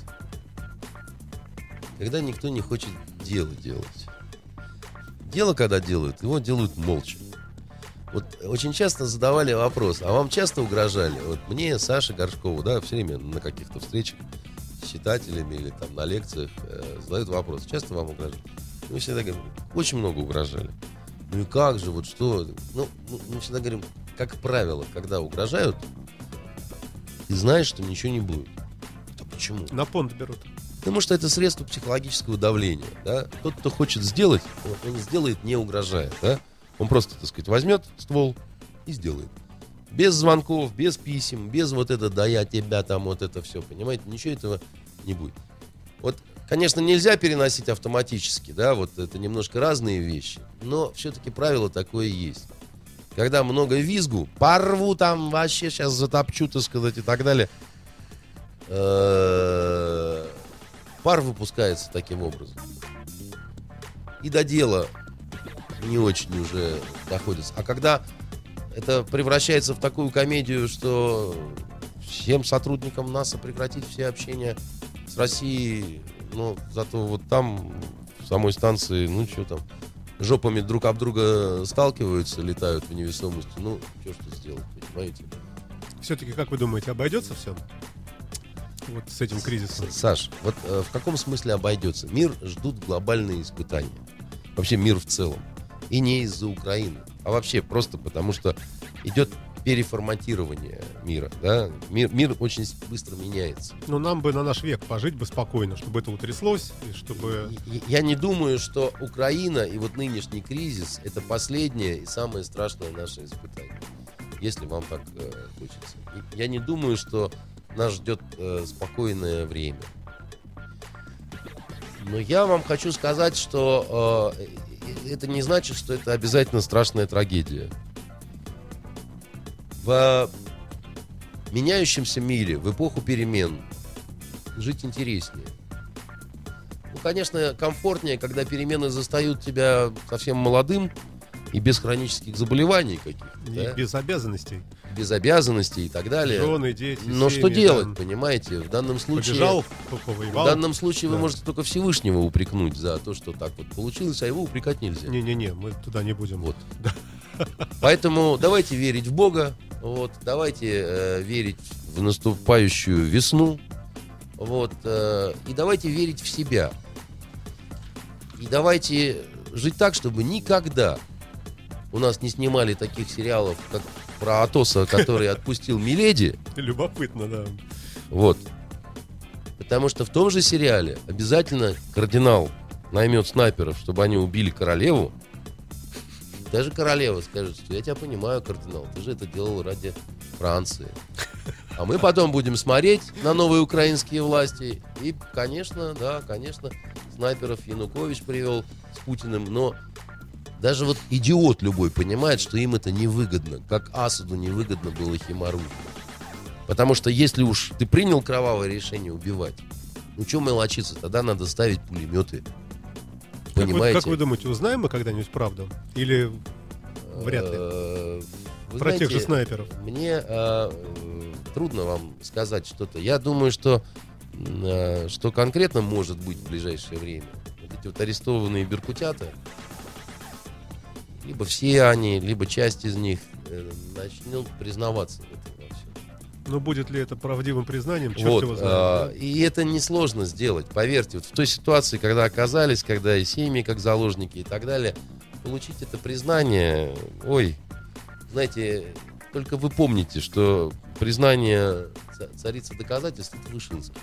Когда никто не хочет дело делать. Дело, когда делают, его делают молча. Вот очень часто задавали вопрос, а вам часто угрожали? Вот мне, Саше Горшкову, да, все время на каких-то встречах с читателями или там на лекциях э, задают вопрос, часто вам угрожали? Мы всегда говорим, очень много угрожали. Ну и как же, вот что? Ну, мы всегда говорим, как правило, когда угрожают, ты знаешь, что ничего не будет. А почему? На понт берут. Потому что это средство психологического давления, да? Тот, кто хочет сделать, вот, он сделает, не угрожая, да? Он просто, так сказать, возьмет ствол и сделает. Без звонков, без писем, без вот это, да я тебя там, вот это все, понимаете? Ничего этого не будет. Вот, конечно, нельзя переносить автоматически, да, вот это немножко разные вещи, но все-таки правило такое есть. Когда много визгу, порву там, вообще сейчас затопчу, так сказать, и так далее, пар выпускается таким образом. И до дела не очень уже доходится. А когда это превращается в такую комедию, что всем сотрудникам НАСА прекратить все общения с Россией, ну, зато вот там, в самой станции, ну, что там, жопами друг об друга сталкиваются, летают в невесомости, ну, что что сделать, понимаете? Все-таки, как вы думаете, обойдется все? вот с этим кризисом? Саш, вот э, в каком смысле обойдется? Мир ждут глобальные испытания. Вообще мир в целом. И не из-за Украины, а вообще просто потому, что идет переформатирование мира. Да? Мир, мир очень быстро меняется. Ну, нам бы на наш век пожить бы спокойно, чтобы это утряслось, и чтобы... Я не думаю, что Украина и вот нынешний кризис — это последнее и самое страшное наше испытание. Если вам так э, хочется. Я не думаю, что нас ждет э, спокойное время. Но я вам хочу сказать, что э, это не значит, что это обязательно страшная трагедия. В меняющемся мире, в эпоху перемен, жить интереснее. Ну, конечно, комфортнее, когда перемены застают тебя совсем молодым и без хронических заболеваний каких-то. И да? без обязанностей. Без обязанностей и так далее. Жены, дети, Но семьи, что делать, да. понимаете? В данном случае... Побежал, повоевал. В данном случае Да. вы можете только Всевышнего упрекнуть за то, что так вот получилось, а его упрекать нельзя. Не-не-не, мы туда не будем. Вот. Поэтому давайте верить в Бога, вот, давайте э, верить в наступающую весну, вот, э, и давайте верить в себя. И давайте жить так, чтобы никогда у нас не снимали таких сериалов, как про Атоса, который отпустил Миледи. Любопытно, да. Вот. Потому что в том же сериале обязательно кардинал наймет снайперов, чтобы они убили королеву. Даже королева скажет, что я тебя понимаю, кардинал, ты же это делал ради Франции. А мы потом будем смотреть на новые украинские власти. И, конечно, да, конечно, снайперов Янукович привел с Путиным. Но даже вот идиот любой понимает, что им это невыгодно. Как Асаду невыгодно было Химару. Потому что если уж ты принял кровавое решение убивать, ну что мелочиться, тогда надо ставить пулеметы. Как вы, Понимаете? как вы думаете, узнаем мы когда-нибудь правду? Или вряд ли? Э, вы Про тех знаете, же снайперов. Мне э, трудно вам сказать что-то. Я думаю, что, э, что конкретно может быть в ближайшее время. Вот эти вот арестованные беркутята, либо все они, либо часть из них э, начнут признаваться в этом во всем. Но будет ли это правдивым признанием, черт Вот, его знает. а, да? и это несложно сделать, поверьте. Вот в той ситуации, когда оказались, когда и семьи как заложники и так далее, получить это признание, ой, знаете, только вы помните, что признание царицы доказательств — это Вышинский.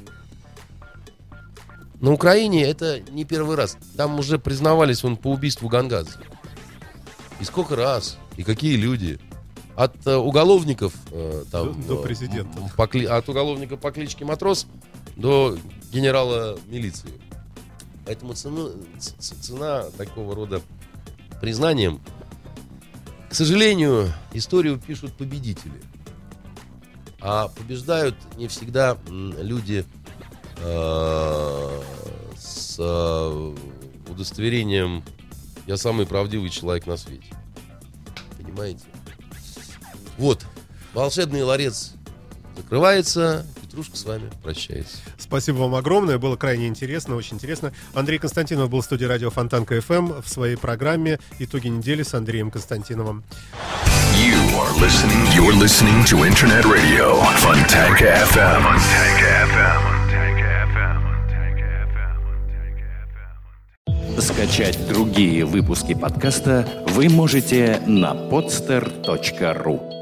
На Украине это не первый раз. Там уже признавались вон по убийству Гангадзе. И сколько раз, и какие люди. От э, уголовников э, там, До- до президента. э, по кли- от уголовника по кличке Матрос до генерала милиции. Поэтому цену, ц- ц- цена такого рода признанием, к сожалению, историю пишут победители. А побеждают не всегда м, люди э, с э, удостоверением «я самый правдивый человек на свете». Понимаете? Вот, волшебный ларец закрывается, Петрушка с вами прощается. Спасибо вам огромное, было крайне интересно, очень интересно. Андрей Константинов был в студии радио Фонтанка эф эм в своей программе «Итоги недели» с Андреем Константиновым. You are listening. You're listening to Internet Radio Fontanka эф эм. Fontanka эф эм. Скачать другие выпуски подкаста вы можете на podster точка ру.